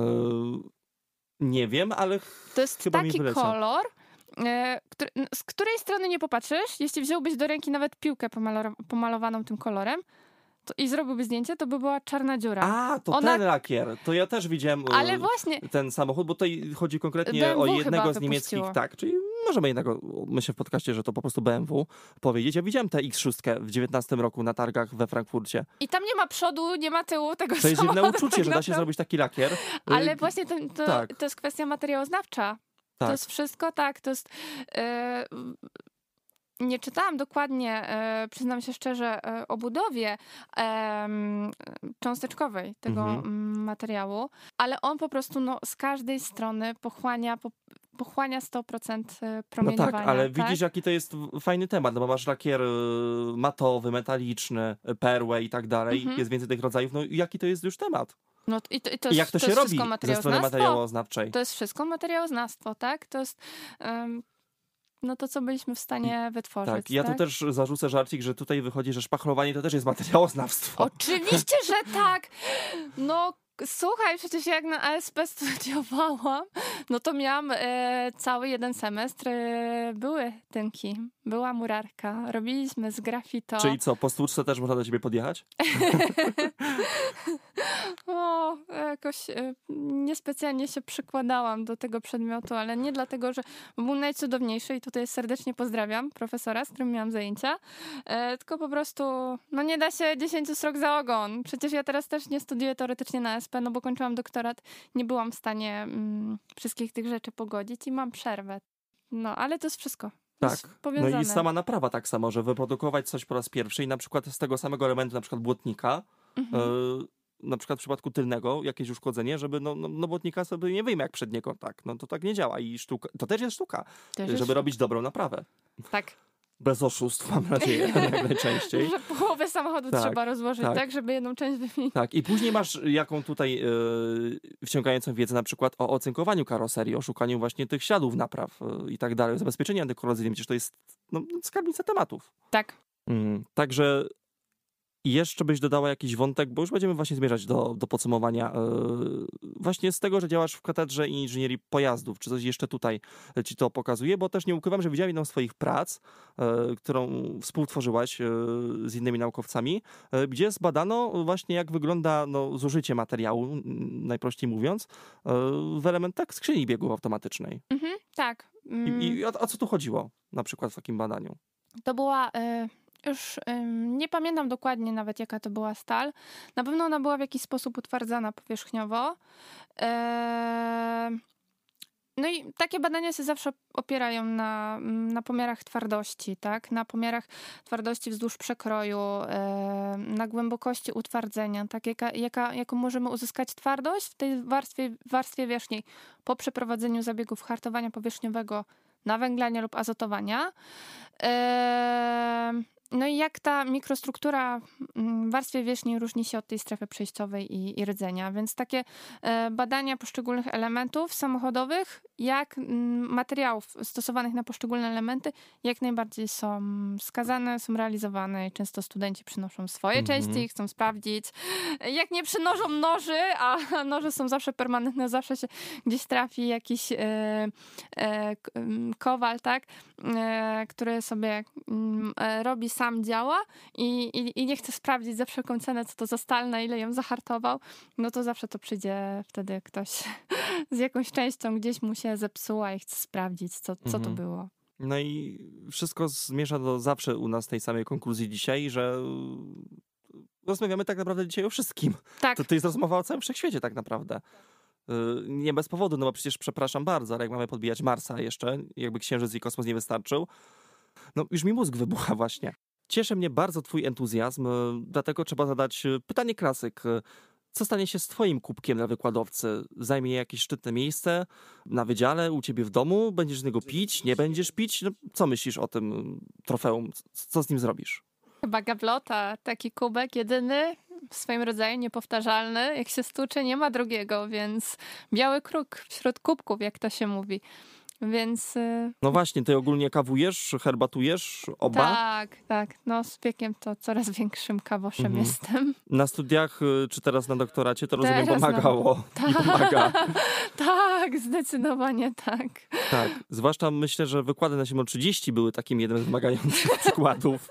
nie wiem, ale ch- To jest chyba mi taki wyleciał. kolor, e, który, n- z której strony nie popatrzysz, jeśli wziąłbyś do ręki nawet piłkę pomalo- pomalowaną tym kolorem to, i zrobiłbyś zdjęcie, to by była czarna dziura. A, to Ona- ten lakier. To ja też widziałem y, Ale właśnie, ten samochód, bo tutaj chodzi konkretnie B M W o chyba jednego z niemieckich, wypuściło. tak, czyli możemy jednego, myślę w podcaście, że to po prostu B M W powiedzieć. Ja widziałem tę X sześć w dziewiętnastym roku na targach we Frankfurcie. i tam nie ma przodu, nie ma tyłu tego To jest dziwne samochodu. uczucie, tak że da się naprawdę. zrobić taki lakier. Y, Ale właśnie to, to, tak. to jest kwestia materiałoznawcza. Tak. To jest wszystko, tak, to jest... e, nie czytałam dokładnie, e, przyznam się szczerze, e, o budowie em, cząsteczkowej tego Mhm. mm, materiału, ale on po prostu no, z każdej strony pochłania po, pochłania sto procent No promieniowania. tak, ale tak? widzisz, jaki to jest w- fajny temat, no bo masz lakier y, matowy, metaliczny, y, perłę i tak dalej, Mhm. jest więcej tych rodzajów, no i jaki to jest już temat? No i to, i to, I jest, jak to, to się jest robi wszystko ze strony materiałoznawstwo. materiałoznawczej? To jest wszystko materiałoznawstwo, tak? To jest um, no to, co byliśmy w stanie wytworzyć. Tak, ja tu tak? też zarzucę żarcik, że tutaj wychodzi, że szpachlowanie to też jest materiałoznawstwo. Oczywiście, że tak! No słuchaj, przecież jak na A S P studiowałam, no to miałam e, cały jeden semestr, e, były tynki, była murarka, robiliśmy z grafito. Czyli co, po stłuczce też można do ciebie podjechać? O, jakoś e, niespecjalnie się przykładałam do tego przedmiotu, ale nie dlatego, że był najcudowniejszy i tutaj serdecznie pozdrawiam profesora, z którym miałam zajęcia, e, tylko po prostu, no nie da się dziesięciu srok za ogon. Przecież ja teraz też nie studiuję teoretycznie na A S P, no bo kończyłam doktorat, nie byłam w stanie mm, wszystkich tych rzeczy pogodzić i mam przerwę. No, ale to jest wszystko. Tak, Jest no powiązane. i sama naprawa tak samo, że wyprodukować coś po raz pierwszy i na przykład z tego samego elementu, na przykład błotnika, Mhm. y, na przykład w przypadku tylnego jakieś uszkodzenie, żeby no, no, no błotnika sobie nie wyjmie jak przedniego, tak, no to tak nie działa i sztuka, to też jest sztuka, Też żeby jest robić dobrą naprawę. tak. Bez oszustw, mam nadzieję, jak najczęściej. Że połowę samochodu Tak, trzeba rozłożyć, tak. tak. żeby jedną część wymienić. Tak, i później masz jaką tutaj yy, wciągającą wiedzę na przykład o ocynkowaniu karoserii, o szukaniu właśnie tych śladów napraw yy, i tak dalej, o zabezpieczeniu antykorozyjnym, przecież to jest no, skarbnica tematów. Tak. Mm, także jeszcze byś dodała jakiś wątek, bo już będziemy właśnie zmierzać do, do podsumowania. Yy, właśnie z tego, że działasz w katedrze inżynierii pojazdów, czy coś jeszcze tutaj ci to pokazuje, bo też nie ukrywam, że widziałem jedną z twoich prac, yy, którą współtworzyłaś yy, z innymi naukowcami, yy, gdzie zbadano właśnie jak wygląda no, zużycie materiału, yy, najprościej mówiąc, yy, w elementach skrzyni biegów automatycznej. Mhm, tak. Mm, I, i o, o co tu chodziło na przykład w takim badaniu? To była... Y- Już ym, nie pamiętam dokładnie nawet, jaka to była stal. Na pewno ona była w jakiś sposób utwardzana powierzchniowo. Eee, no i takie badania się zawsze opierają na, na pomiarach twardości, tak? Na pomiarach twardości wzdłuż przekroju, e, na głębokości utwardzenia, tak? Jaka, jaka, jaką możemy uzyskać twardość w tej warstwie, warstwie wierzchniej po przeprowadzeniu zabiegów hartowania powierzchniowego, nawęglania lub azotowania. E, No i jak ta mikrostruktura w warstwie wierzchniej różni się od tej strefy przejściowej i, i rdzenia. Więc takie e, badania poszczególnych elementów samochodowych, jak m, materiałów stosowanych na poszczególne elementy, jak najbardziej są wskazane, są realizowane i często studenci przynoszą swoje Mhm. części i chcą sprawdzić. Jak nie przynoszą noży, a noże są zawsze permanentne, zawsze się gdzieś trafi jakiś e, e, k- m, kowal, tak, e, który sobie m, e, robi sam działa i, i, i nie chce sprawdzić za wszelką cenę, co to za stal, na ile ją zahartował, no to zawsze to przyjdzie wtedy ktoś z jakąś częścią gdzieś mu się zepsuła i chce sprawdzić, co, co Mhm. to było. No i wszystko zmierza do zawsze u nas tej samej konkluzji dzisiaj, że rozmawiamy tak naprawdę dzisiaj o wszystkim. Tak, To, to jest rozmowa o całym wszechświecie tak naprawdę. Yy, Nie bez powodu, no bo przecież przepraszam bardzo, ale jak mamy podbijać Marsa jeszcze, jakby Księżyc i kosmos nie wystarczył, no już mi mózg wybucha właśnie. Cieszy mnie bardzo twój entuzjazm, yy, dlatego trzeba zadać yy, pytanie klasyk. Yy, Co stanie się z twoim kubkiem dla wykładowcy? Zajmie jakieś szczytne miejsce na wydziale, u ciebie w domu? Będziesz z niego pić? Nie będziesz pić? No, co myślisz o tym yy, trofeum? C- Co z nim zrobisz? chyba gablota, taki kubek jedyny w swoim rodzaju, niepowtarzalny. Jak się stłucze, nie ma drugiego, więc biały kruk wśród kubków, jak to się mówi. Więc y, No właśnie, ty ogólnie kawujesz, herbatujesz, oba? tak, tak. No z wiekiem to coraz większym kawoszem Mhm. jestem. Na studiach y, czy teraz na doktoracie to rozumiem Teraz na- pomagało. I Tak. pomaga. Tak, zdecydowanie tak. Tak, zwłaszcza myślę, że wykłady na Siemon trzydzieści były takim jednym z wymagających przykładów.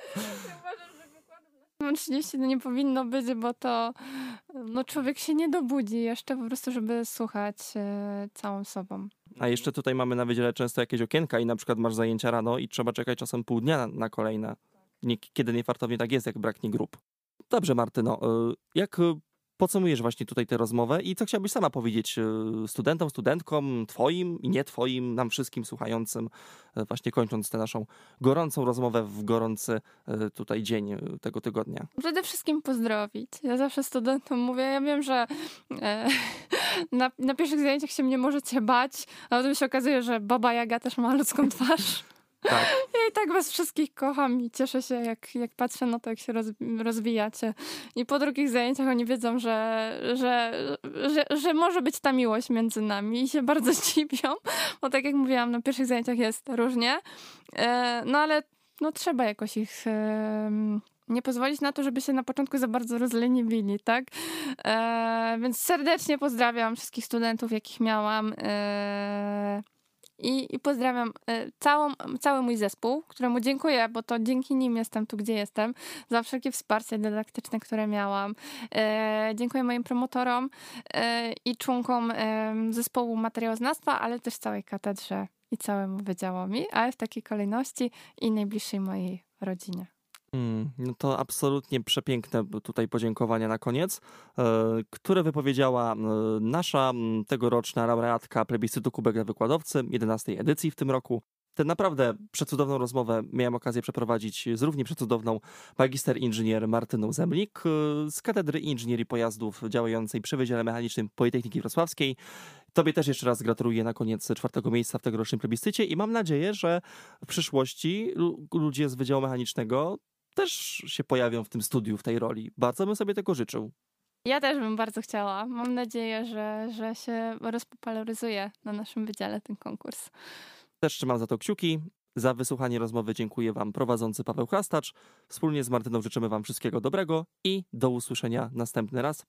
Mam trzydzieści, no nie powinno być, bo to no człowiek się nie dobudzi jeszcze po prostu, żeby słuchać e, całą sobą. A jeszcze tutaj mamy na wydziale często jakieś okienka i na przykład masz zajęcia rano i trzeba czekać czasem pół dnia na, na kolejne. Nie, kiedy niefartownie tak jest, jak braknie grup. Dobrze, Martyno, y, jak y, podsumujesz właśnie tutaj tę rozmowę i co chciałabyś sama powiedzieć y, studentom, studentkom, twoim i nie twoim, nam wszystkim słuchającym, y, właśnie kończąc tę naszą gorącą rozmowę w gorący y, tutaj dzień y, tego tygodnia? Przede wszystkim pozdrowić. Ja zawsze studentom mówię, ja wiem, że e, Na, na pierwszych zajęciach się mnie możecie bać, a potem się okazuje, że Baba Jaga też ma ludzką twarz. Tak. Ja i tak was wszystkich kocham i cieszę się, jak, jak patrzę na to, jak się roz, rozwijacie. I po drugich zajęciach oni wiedzą, że, że, że, że może być ta miłość między nami i się bardzo dziwią, bo tak jak mówiłam, na pierwszych zajęciach jest różnie, e, no ale no, trzeba jakoś ich... E, nie pozwolić na to, żeby się na początku za bardzo rozleniwili, tak? E, więc serdecznie pozdrawiam wszystkich studentów, jakich miałam. E, i, I pozdrawiam e, całą, cały mój zespół, któremu dziękuję, bo to dzięki nim jestem tu, gdzie jestem, za wszelkie wsparcie dydaktyczne, które miałam. E, dziękuję moim promotorom e, i członkom e, zespołu materiałoznawstwa, ale też całej katedrze i całemu wydziałowi, ale w takiej kolejności i najbliższej mojej rodzinie. Mm, no to absolutnie przepiękne tutaj podziękowania na koniec, e, które wypowiedziała e, nasza m, tegoroczna laureatka plebiscytu Kubek dla Wykładowcy, jedenastej edycji w tym roku. Tę naprawdę przecudowną rozmowę miałem okazję przeprowadzić z równie przecudowną magister inżynier Martyną Zemlik e, z Katedry Inżynierii Pojazdów działającej przy Wydziale Mechanicznym Politechniki Wrocławskiej. Tobie też jeszcze raz gratuluję na koniec czwartego miejsca w tegorocznym plebiscycie i mam nadzieję, że w przyszłości lu- ludzie z Wydziału Mechanicznego też się pojawią w tym studiu, w tej roli. Bardzo bym sobie tego życzył. Ja też bym bardzo chciała. Mam nadzieję, że, że się rozpopularyzuje na naszym wydziale ten konkurs. Też trzymam za to kciuki. Za wysłuchanie rozmowy dziękuję wam prowadzący Paweł Chrastacz. Wspólnie z Martyną życzymy wam wszystkiego dobrego i do usłyszenia następny raz.